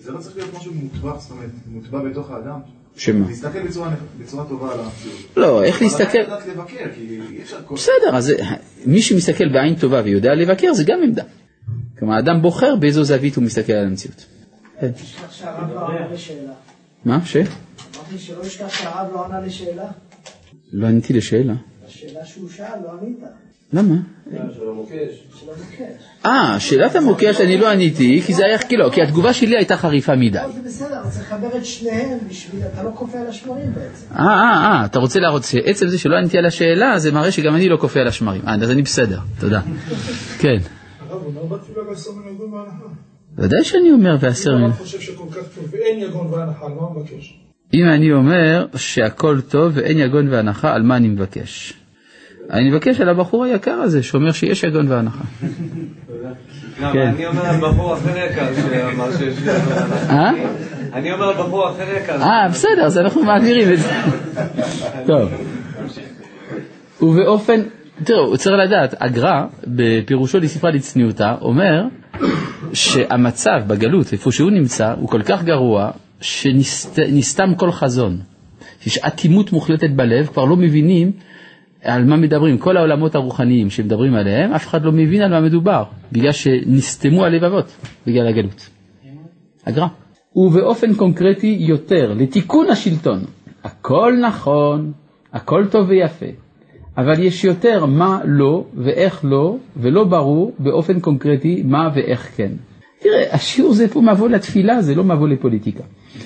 Speaker 6: זה לא צריך להיות משהו מוטבע, זאת אומרת, מוטבע בתוך האדם.
Speaker 1: שמה?
Speaker 6: להסתכל בצורה, בצורה טובה על המציאות.
Speaker 1: לא, איך להסתכל?
Speaker 6: אבל אני יודעת לבקר, כי אי אפשר כל...
Speaker 1: בסדר, אז מי שמסתכל בעין טובה ויודע לבקר זה גם עמדה. כלומר, האדם בוחר באיזו זווית הוא מסתכל על המציאות.
Speaker 3: ישכח שהרב לא עונה לשאלה.
Speaker 1: מה? ש?
Speaker 3: אמרתי שלא ישכח שהרב לא עונה לשאלה.
Speaker 1: לא עניתי לשאלה.
Speaker 3: השאלה שהוא שאל, לא ענית.
Speaker 1: למה?
Speaker 2: של המוקש.
Speaker 3: של המוקש.
Speaker 1: אה, שאלת המוקש אני לא עניתי, כי זה היה כאילו, כי התגובה שלי הייתה חריפה מדי.
Speaker 3: לא, זה בסדר, אבל צריך לחבר את שניהם בשביל, אתה לא קופא על השמרים בעצם.
Speaker 1: אה, אה, אה, אתה רוצה להראות שעצם זה שלא עניתי על השאלה, זה מראה שגם אני לא קופא על השמרים. אה, אז אני בסדר, תודה. כן.
Speaker 8: הרב, הוא אומר בתפילה ועשר מן יגון והנחה.
Speaker 1: ודאי שאני אומר ועשר מן.
Speaker 8: אם הרב חושב שכל כך טוב ואין יגון והנחה, על מה הוא מבקש?
Speaker 1: אם אני אומר שהכל טוב ואין יגון והנחה, על מה אני מבקש? אני מבקש על הבחור היקר הזה, שאומר שיש יגון והנחה.
Speaker 4: אני אומר על בחור אחר יקר שאמר שיש יגון והנחה. אני אומר על בחור אחר יקר.
Speaker 1: אה, בסדר, אז אנחנו מעבירים את זה. טוב. ובאופן, תראו, צריך לדעת, הגר"א, בפירושו לספרה לצניעותה, אומר שהמצב בגלות, איפה שהוא נמצא, הוא כל כך גרוע, שנסתם כל חזון. יש אטימות מוחלטת בלב, כבר לא מבינים על מה מדברים. כל העולמות הרוחניים שמדברים עליהם, אף אחד לא מבין על מה מדובר, בגלל שנסתמו הלבבות, בגלל הגלות. הגר"א. ובאופן קונקרטי יותר, לתיקון השלטון. הכל נכון, הכל טוב ויפה, אבל יש יותר מה לא ואיך לא, ולא ברור באופן קונקרטי מה ואיך כן. תראה, השיעור זה פה מבוא לתפילה, זה לא מבוא לפוליטיקה.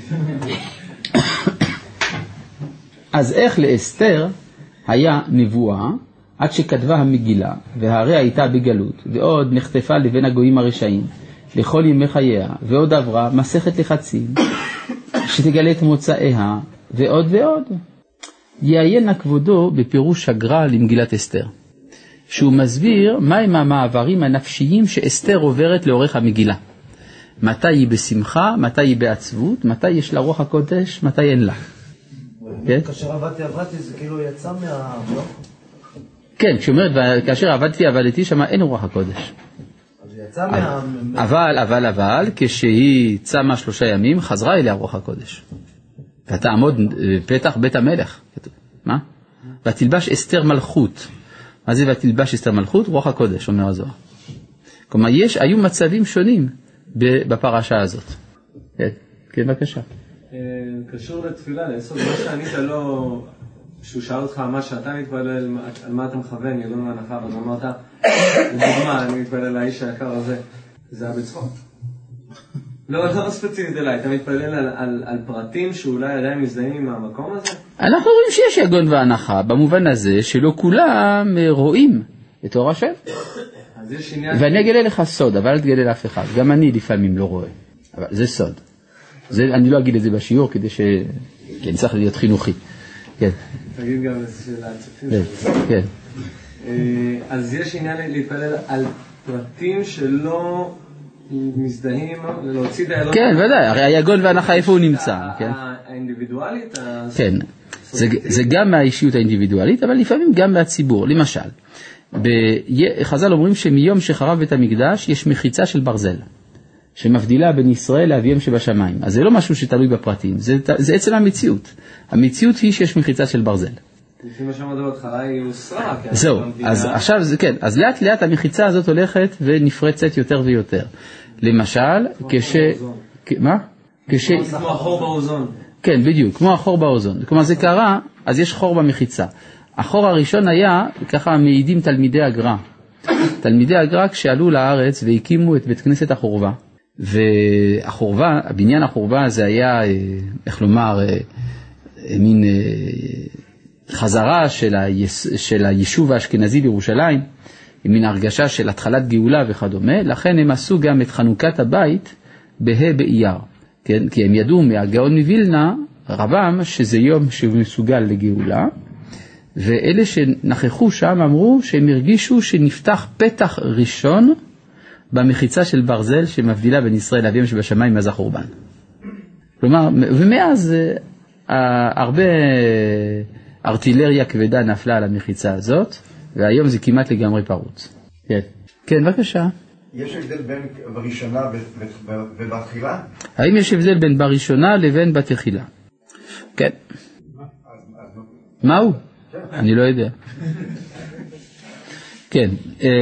Speaker 1: אז איך לאסתר היה נבואה עד שכתבה המגילה, והרי הייתה בגלות, ועוד נחטפה לבין הגויים הרשעים, לכל ימי חייה, ועוד עברה מסכת לחצים, שתגלה את מוצאיה, ועוד ועוד. יעיין כבודו בפירוש הגר"א למגילת אסתר, שהוא מסביר מהם המעברים הנפשיים שאסתר עוברת לאורך המגילה. מתי היא בשמחה, מתי היא בעצבות, מתי יש לה רוח הקודש, מתי אין לה.
Speaker 9: כאשר עבדתי עבדתי זה כאילו יצא מהבלוק?
Speaker 1: כן, כשאומרת כאשר עבדתי עבדתי שם אין רוח הקודש.
Speaker 9: אז יצא מה...
Speaker 1: אבל, אבל, אבל, כשהיא צמה שלושה ימים חזרה אליה רוח הקודש. ותעמוד פתח בית המלך. מה? ותלבש אסתר מלכות. מה זה ותלבש אסתר מלכות? רוח הקודש, אומר הזוהר. כלומר, יש, היו מצבים שונים בפרשה הזאת. כן, כן, בבקשה.
Speaker 4: קשור לתפילה, לעשות מה שענית לו, שהוא שאל אותך מה שאתה מתפלל, על מה אתה מכוון, יגון והנחה, אז אמרת, לדוגמה, אני מתפלל על האיש היקר הזה, זה היה בצחוק. לא, לא ספציפית אליי, אתה מתפלל על, על, על פרטים שאולי עדיין מזדהים עם המקום הזה?
Speaker 1: אנחנו רואים שיש יגון והנחה, במובן הזה שלא כולם רואים את אור השם.
Speaker 4: אז יש עניין...
Speaker 1: ואני אגלה לך סוד, אבל אל תגלה לאף אחד, גם אני לפעמים לא רואה, אבל זה סוד. זה, אני לא אגיד את זה בשיעור כדי ש... כן, צריך להיות חינוכי. כן.
Speaker 4: תגיד גם של הצופים
Speaker 1: שלנו. כן.
Speaker 4: אז יש עניין להתפלל על פרטים שלא מזדהים, להוציא דיילות...
Speaker 1: כן, ודאי, הרי היגון והנחה איפה הוא נמצא.
Speaker 4: האינדיבידואלית?
Speaker 1: כן, זה גם מהאישיות האינדיבידואלית, אבל לפעמים גם מהציבור. למשל, חז"ל אומרים שמיום שחרב בית המקדש יש מחיצה של ברזל. שמבדילה בין ישראל לאביהם שבשמיים. אז זה לא משהו שתלוי בפרטים, זה, זה עצם המציאות. המציאות היא שיש מחיצה של ברזל.
Speaker 4: לפי מה שאמרת בהתחלה היא הוסרה.
Speaker 1: זהו, אז עכשיו זה כן, אז לאט לאט המחיצה הזאת הולכת ונפרצת יותר ויותר. למשל, כש... מה? כש...
Speaker 4: כמו החור באוזון.
Speaker 1: כן, בדיוק, כמו החור באוזון. כלומר זה קרה, אז יש חור במחיצה. החור הראשון היה, ככה מעידים תלמידי הגר"א. תלמידי הגר"א כשעלו לארץ והקימו את בית כנסת החורבה. והחורבה, הבניין החורבה זה היה, איך לומר, מין חזרה של, היש, של היישוב האשכנזי בירושלים, מין הרגשה של התחלת גאולה וכדומה, לכן הם עשו גם את חנוכת הבית בה' באייר, כן? כי הם ידעו מהגאון מווילנה, רבם, שזה יום שהוא מסוגל לגאולה, ואלה שנכחו שם אמרו שהם הרגישו שנפתח פתח ראשון, במחיצה של ברזל שמבדילה בין ישראל לאביהם שבשמיים מאז החורבן. כלומר, ומאז הרבה ארטילריה כבדה נפלה על המחיצה הזאת, והיום זה כמעט לגמרי פרוץ. כן, כן, בבקשה.
Speaker 10: יש הבדל בין בראשונה ובתחילה?
Speaker 1: האם יש הבדל בין בראשונה לבין בתחילה? כן. מהו? אני לא יודע. כן.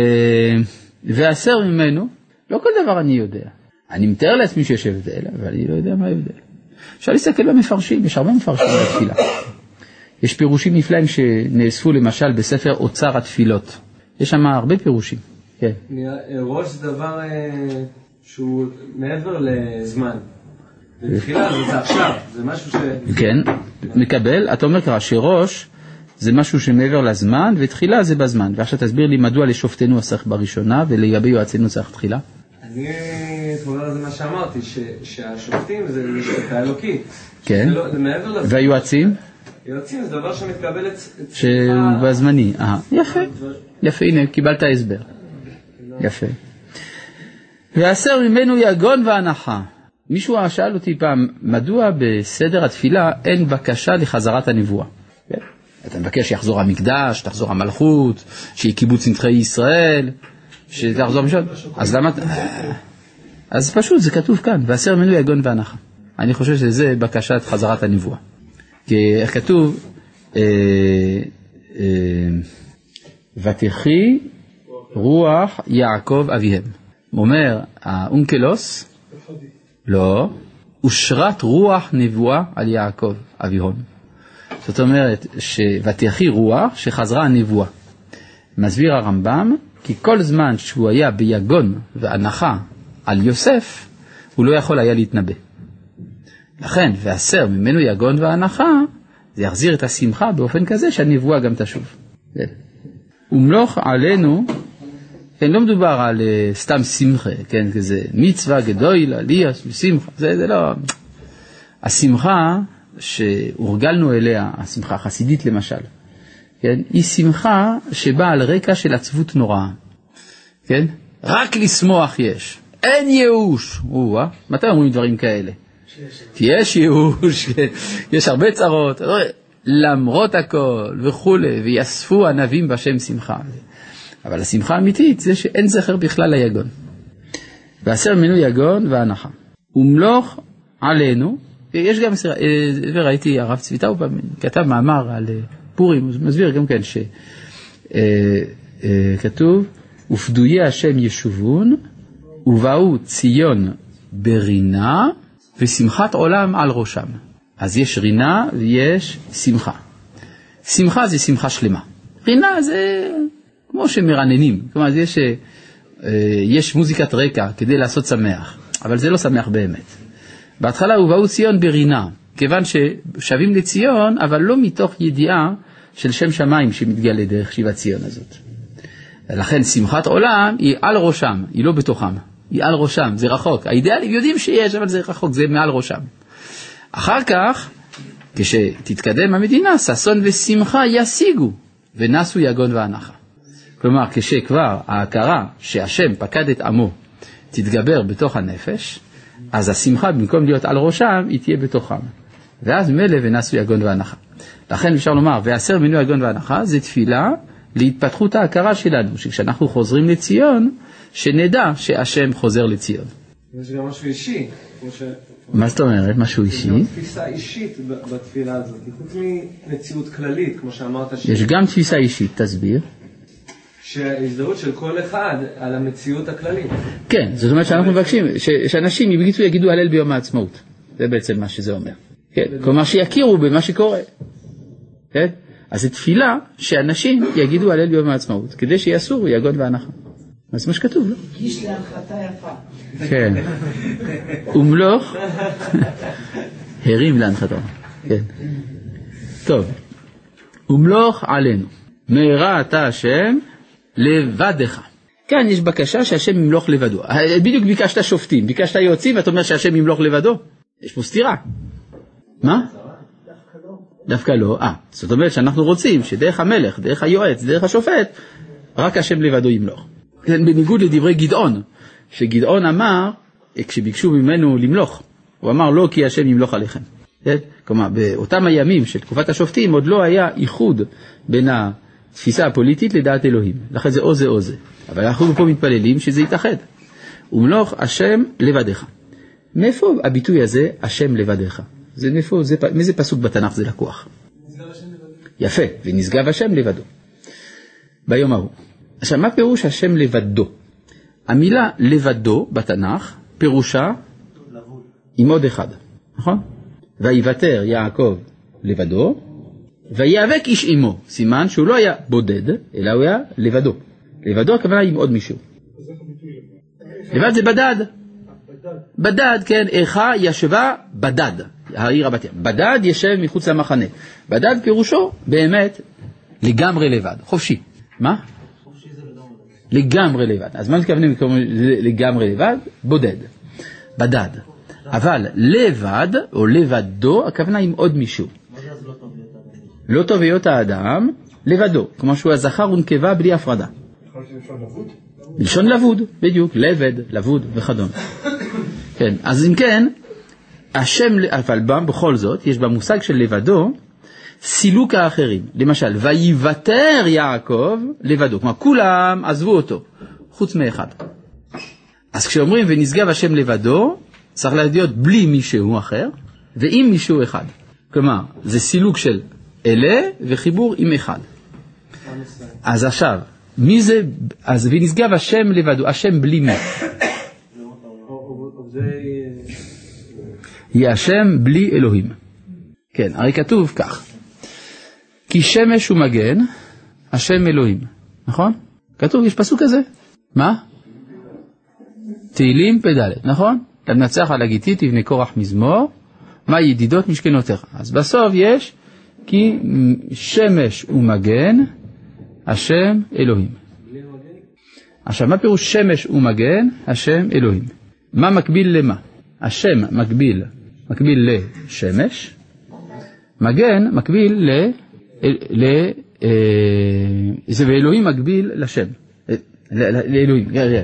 Speaker 1: והסר ממנו, לא כל דבר אני יודע. אני מתאר לעצמי שיש הבדל, אבל אני לא יודע מה ההבדל. אפשר להסתכל במפרשים, יש הרבה מפרשים בתפילה. יש פירושים נפלאים שנאספו למשל בספר אוצר התפילות. יש שם הרבה פירושים. כן.
Speaker 4: ראש זה דבר שהוא מעבר לזמן. בתחילה זה עכשיו, זה משהו ש... כן,
Speaker 1: מקבל. אתה אומר ככה שראש זה משהו שמעבר לזמן, ותחילה זה בזמן. ועכשיו תסביר לי מדוע לשופטנו צריך בראשונה, ולגבי יועצינו צריך תחילה.
Speaker 4: אני תמודד על זה מה שאמרתי, שהשופטים זה שופטה אלוקית.
Speaker 1: כן. והיועצים?
Speaker 4: יועצים זה דבר שמתקבל אצלך...
Speaker 1: שהוא בזמני. יפה. יפה, הנה, קיבלת הסבר. יפה. והסר ממנו יגון והנחה. מישהו שאל אותי פעם, מדוע בסדר התפילה אין בקשה לחזרת הנבואה? כן? אתה מבקש שיחזור המקדש, תחזור המלכות, שיהיה קיבוץ נדחי ישראל, שתחזור משון. אז למה... אז פשוט, זה כתוב כאן, והסר ממנו יגון והנחה. אני חושב שזה בקשת חזרת הנבואה. כי איך כתוב, אה, אה, ותחי רוח יעקב אביהם. אומר, האונקלוס, לא, ושרת רוח נבואה על יעקב אביהם. זאת אומרת, ותחי רוח שחזרה הנבואה. מסביר הרמב"ם, כי כל זמן שהוא היה ביגון והנחה על יוסף, הוא לא יכול היה להתנבא. לכן, והסר ממנו יגון והנחה, זה יחזיר את השמחה באופן כזה שהנבואה גם תשוב. ומלוך עלינו, כן, לא מדובר על uh, סתם שמחה, כן, כזה מצווה גדול, עלייה, שמחה, זה, זה לא... השמחה שהורגלנו אליה, השמחה החסידית למשל, כן, היא שמחה שבאה על רקע של עצבות נוראה, כן? רק לשמוח יש, אין ייאוש. או, אה? מתי אומרים דברים כאלה? כי יש ייאוש, יש הרבה צרות, למרות הכל וכו', ויאספו ענבים בשם שמחה. אבל השמחה האמיתית זה שאין זכר בכלל ליגון. והסר ממנו יגון והנחה. ומלוך עלינו, יש גם, וראיתי הרב צביטאו פעם, כתב מאמר על פורים, הוא מסביר גם כן שכתוב, ופדויי השם ישובון, ובאו ציון ברינה, ושמחת עולם על ראשם. אז יש רינה ויש שמחה. שמחה זה שמחה שלמה. רינה זה כמו שמרננים. כלומר, יש, יש מוזיקת רקע כדי לעשות שמח, אבל זה לא שמח באמת. בהתחלה ובאו ציון ברינה, כיוון ששבים לציון, אבל לא מתוך ידיעה של שם שמיים שמתגלה דרך שיבת ציון הזאת. ולכן שמחת עולם היא על ראשם, היא לא בתוכם. היא על ראשם, זה רחוק. האידיאלים יודעים שיש, אבל זה רחוק, זה מעל ראשם. אחר כך, כשתתקדם המדינה, ששון ושמחה ישיגו, ונסו יגון והנחה. כלומר, כשכבר ההכרה שהשם פקד את עמו תתגבר בתוך הנפש, אז השמחה במקום להיות על ראשם, היא תהיה בתוכם. ואז מלא ונסו יגון והנחה. לכן אפשר לומר, והסר ממנו יגון והנחה, זה תפילה להתפתחות ההכרה שלנו, שכשאנחנו חוזרים לציון, שנדע שהשם חוזר לציון.
Speaker 4: יש גם משהו אישי. ש...
Speaker 1: מה זאת אומרת? משהו אישי?
Speaker 4: יש גם תפיסה אישית בתפילה הזאת, חוץ ממציאות כללית, כמו שאמרת. ש...
Speaker 1: יש גם תפיסה אישית, תסביר.
Speaker 4: שההזדהות של כל אחד על המציאות הכללית. כן,
Speaker 1: זאת אומרת שאנחנו מבקשים, ש... שאנשים יבגיצו יגידו הלל ביום העצמאות. זה בעצם מה שזה אומר. כן, כלומר שיכירו במה שקורה. כן? אז זה תפילה שאנשים יגידו הלל ביום העצמאות, כדי שיעשו יגון והנחה. אז מה שכתוב, לא?
Speaker 3: גיש להנחתה יפה.
Speaker 1: כן. ומלוך, הרים להנחתה. כן. טוב. ומלוך עלינו. מהרה אתה השם לבדך. כאן יש בקשה שהשם ימלוך לבדו. בדיוק ביקשת שופטים, ביקשת יועצים, ואתה אומר שהשם ימלוך לבדו. יש פה סתירה. מה? דווקא לא. אה, זאת אומרת שאנחנו רוצים שדרך המלך, דרך היועץ, דרך השופט, רק השם לבדו ימלוך. בניגוד לדברי גדעון, שגדעון אמר, כשביקשו ממנו למלוך, הוא אמר לא כי השם ימלוך עליכם. כלומר, באותם הימים של תקופת השופטים, עוד לא היה איחוד בין התפיסה הפוליטית לדעת אלוהים. לכן זה או זה או זה. אבל אנחנו פה מתפללים שזה יתאחד. ומלוך השם לבדך. מאיפה הביטוי הזה, השם לבדך? זה מאיפה, זה, מאיזה פסוק בתנ"ך זה לקוח? יפה, ונשגב השם לבדו. ביום ההוא. עכשיו, מה פירוש השם לבדו? המילה לבדו בתנ"ך פירושה עם עוד אחד, נכון? ויוותר יעקב לבדו, ויאבק איש עמו, סימן שהוא לא היה בודד, אלא הוא היה לבדו. לבדו הכוונה עם עוד מישהו. לבד זה בדד. בדד, כן, איכה ישבה בדד, העיר הבתיה. בדד ישב מחוץ למחנה. בדד פירושו באמת לגמרי לבד, חופשי. מה? חופשי זה לגמרי לבד. אז מה מתכוונים לגמרי לבד? בודד. בדד. אבל לבד, או לבדו, הכוונה עם עוד מישהו. לא טוב להיות האדם, לבדו. כמו שהוא הזכר ונקבה בלי הפרדה. יכול להיות בלשון לבוד? בלשון לבוד, בדיוק. לבד, לבוד וכדומה. כן, אז אם כן, השם, אבל בכל זאת, יש במושג של לבדו, סילוק האחרים. למשל, ויוותר יעקב לבדו. כלומר, כולם עזבו אותו, חוץ מאחד. אז כשאומרים ונשגב השם לבדו, צריך להיות בלי מישהו אחר, ועם מישהו אחד. כלומר, זה סילוק של אלה וחיבור עם אחד. אז עכשיו, מי זה, אז ונשגב השם לבדו, השם בלי מי? היא השם בלי אלוהים. כן, הרי כתוב כך. כי שמש ומגן, השם אלוהים. נכון? כתוב, יש פסוק כזה. מה? תהילים פדלת, נכון? תנצח על הגיתית, תבנה כורח מזמור, מה ידידות משכנותיך. אז בסוף יש, כי שמש ומגן, השם אלוהים. עכשיו, מה פירוש שמש ומגן, השם אלוהים? מה מקביל למה? השם מקביל, מקביל לשמש, מגן מקביל ל... ל... זה ואלוהים מקביל לשם. לאלוהים, רגע.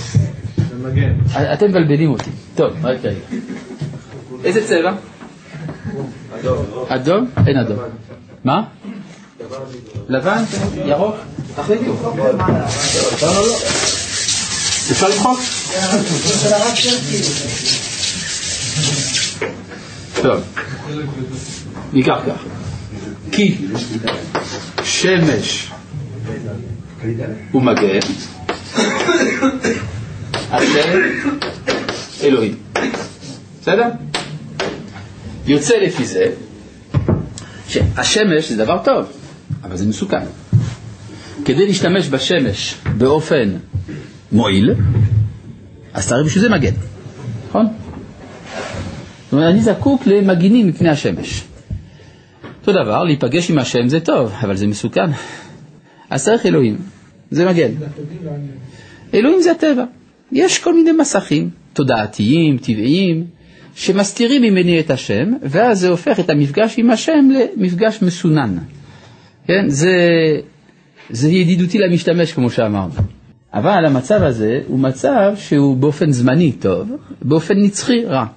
Speaker 1: אתם מבלבלים אותי. טוב, רק רגע. איזה צבע? אדום. אדום? אין אדום. מה? לבן? ירוק? תחליטו. לא, לא, לא. אפשר למחוק? טוב. ניקח כך. כי שמש ומגן השם אלוהים. בסדר? יוצא לפי זה שהשמש זה דבר טוב, אבל זה מסוכן. כדי להשתמש בשמש באופן מועיל, אז תראי בשביל זה מגן. נכון? זאת אומרת, אני זקוק למגינים מפני השמש. אותו דבר, להיפגש עם השם זה טוב, אבל זה מסוכן. אז צריך אלוהים, זה מגן. אלוהים זה הטבע. יש כל מיני מסכים, תודעתיים, טבעיים, שמסתירים ממני את השם, ואז זה הופך את המפגש עם השם למפגש מסונן. כן? זה, זה ידידותי למשתמש, כמו שאמרנו. אבל המצב הזה הוא מצב שהוא באופן זמני טוב, באופן נצחי רע.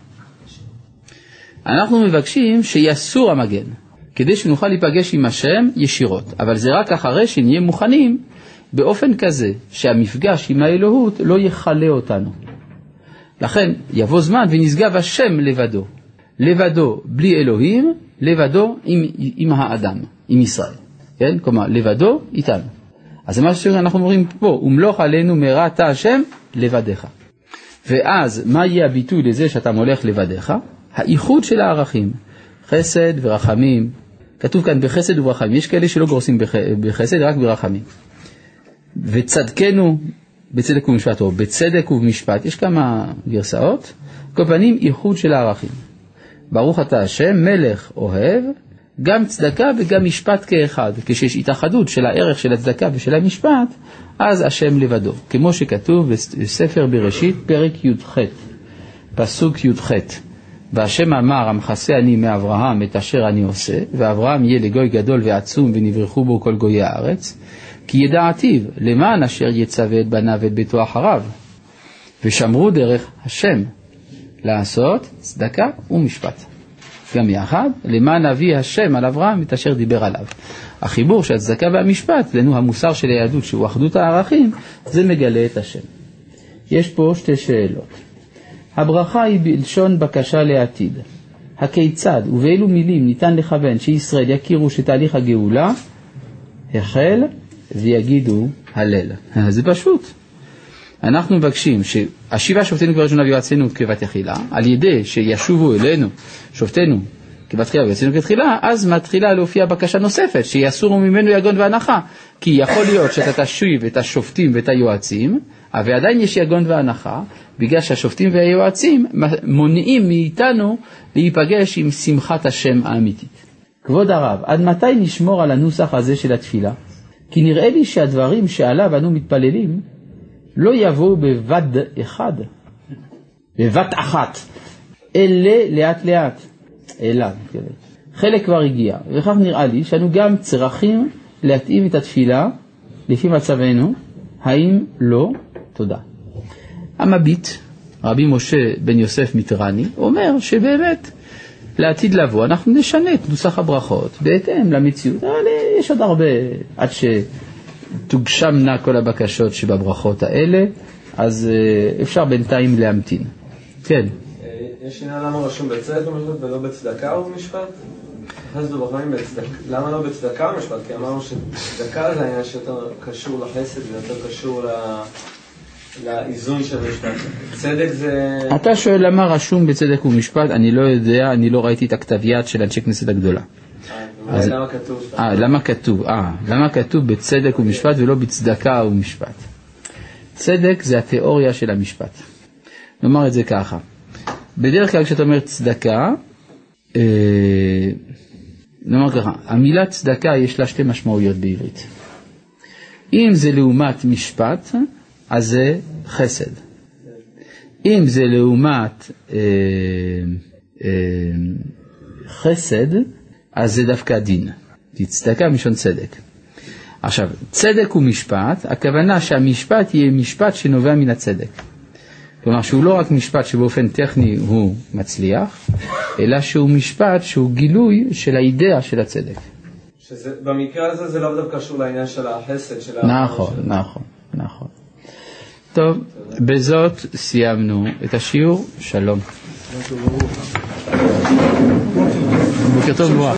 Speaker 1: אנחנו מבקשים שיסור המגן, כדי שנוכל להיפגש עם השם ישירות. אבל זה רק אחרי שנהיה מוכנים באופן כזה שהמפגש עם האלוהות לא יחלה אותנו. לכן יבוא זמן ונשגב השם לבדו. לבדו בלי אלוהים, לבדו עם, עם האדם, עם ישראל. כן? כלומר, לבדו איתנו. אז זה מה שאנחנו אומרים פה, ומלוך עלינו מראת השם לבדך. ואז מה יהיה הביטוי לזה שאתה מולך לבדך? האיחוד של הערכים, חסד ורחמים. כתוב כאן בחסד וברחמים. יש כאלה שלא גורסים בחסד, רק ברחמים. וצדקנו בצדק ובמשפט, או בצדק ובמשפט, יש כמה גרסאות. כל פנים, איחוד של הערכים. ברוך אתה השם, מלך אוהב, גם צדקה וגם משפט כאחד. כשיש התאחדות של הערך של הצדקה ושל המשפט, אז השם לבדו. כמו שכתוב בספר בראשית, פרק י"ח, פסוק י"ח. והשם אמר, המחסה אני מאברהם את אשר אני עושה, ואברהם יהיה לגוי גדול ועצום ונברכו בו כל גויי הארץ, כי ידעתיו למען אשר יצווה את בניו ואת ביתו אחריו, ושמרו דרך השם לעשות צדקה ומשפט. גם יחד, למען אבי השם על אברהם את אשר דיבר עליו. החיבור של הצדקה והמשפט, לנו המוסר של היהדות שהוא אחדות הערכים, זה מגלה את השם. יש פה שתי שאלות. הברכה היא בלשון בקשה לעתיד. הכיצד ובאילו מילים ניתן לכוון שישראל יכירו שתהליך הגאולה החל ויגידו הלל? זה פשוט. אנחנו מבקשים שהשיבה שופטינו כבראשונה ויועצינו כבת יחילה, על ידי שישובו אלינו שופטינו כבת תחילה ויועצינו כתחילה, אז מתחילה להופיע בקשה נוספת, שיסורו ממנו יגון והנחה, כי יכול להיות שאתה תשיב את השופטים ואת היועצים, אבל עדיין יש יגון והנחה, בגלל שהשופטים והיועצים מונעים מאיתנו להיפגש עם שמחת השם האמיתית. כבוד הרב, עד מתי נשמור על הנוסח הזה של התפילה? כי נראה לי שהדברים שעליו אנו מתפללים לא יבואו בבת אחד, בבת אחת, אלה לאט לאט, אלה, חלק כבר הגיע, וכך נראה לי שאנו גם צריכים להתאים את התפילה לפי מצבנו, האם לא? תודה. המביט, רבי משה בן יוסף מטרני, אומר שבאמת לעתיד לבוא אנחנו נשנה את נוסח הברכות בהתאם למציאות, אבל יש עוד הרבה עד שתוגשמנה כל הבקשות שבברכות האלה, אז אפשר בינתיים להמתין. כן.
Speaker 4: יש עניין למה רשום בצדק ומשפט ולא בצדקה ובמשפט? חסד וברחמים בצדקה. למה לא בצדקה ובמשפט? כי אמרנו שצדקה זה העניין שיותר קשור לחסד ויותר קשור לאיזון של משפט. צדק זה... אתה שואל למה רשום בצדק ומשפט? אני לא יודע, אני לא ראיתי את הכתב יד של אנשי כנסת הגדולה. אז למה כתוב?
Speaker 1: אה, למה כתוב? אה, למה כתוב בצדק ומשפט ולא בצדקה ומשפט? צדק זה התיאוריה של המשפט. נאמר את זה ככה. בדרך כלל כשאתה אומר צדקה, אה, נאמר ככה, המילה צדקה יש לה שתי משמעויות בעברית. אם זה לעומת משפט, אז זה חסד. אם זה לעומת אה, אה, חסד, אז זה דווקא דין. צדקה משון צדק. עכשיו, צדק ומשפט, הכוונה שהמשפט יהיה משפט שנובע מן הצדק. כלומר שהוא לא רק משפט שבאופן טכני הוא מצליח, אלא שהוא משפט שהוא גילוי של האידאה של הצדק.
Speaker 4: שזה, במקרה הזה זה לא דווקא קשור לעניין של החסד. של
Speaker 1: נכון, של... נכון, נכון. טוב, בזאת סיימנו את השיעור. שלום. בוקר טוב.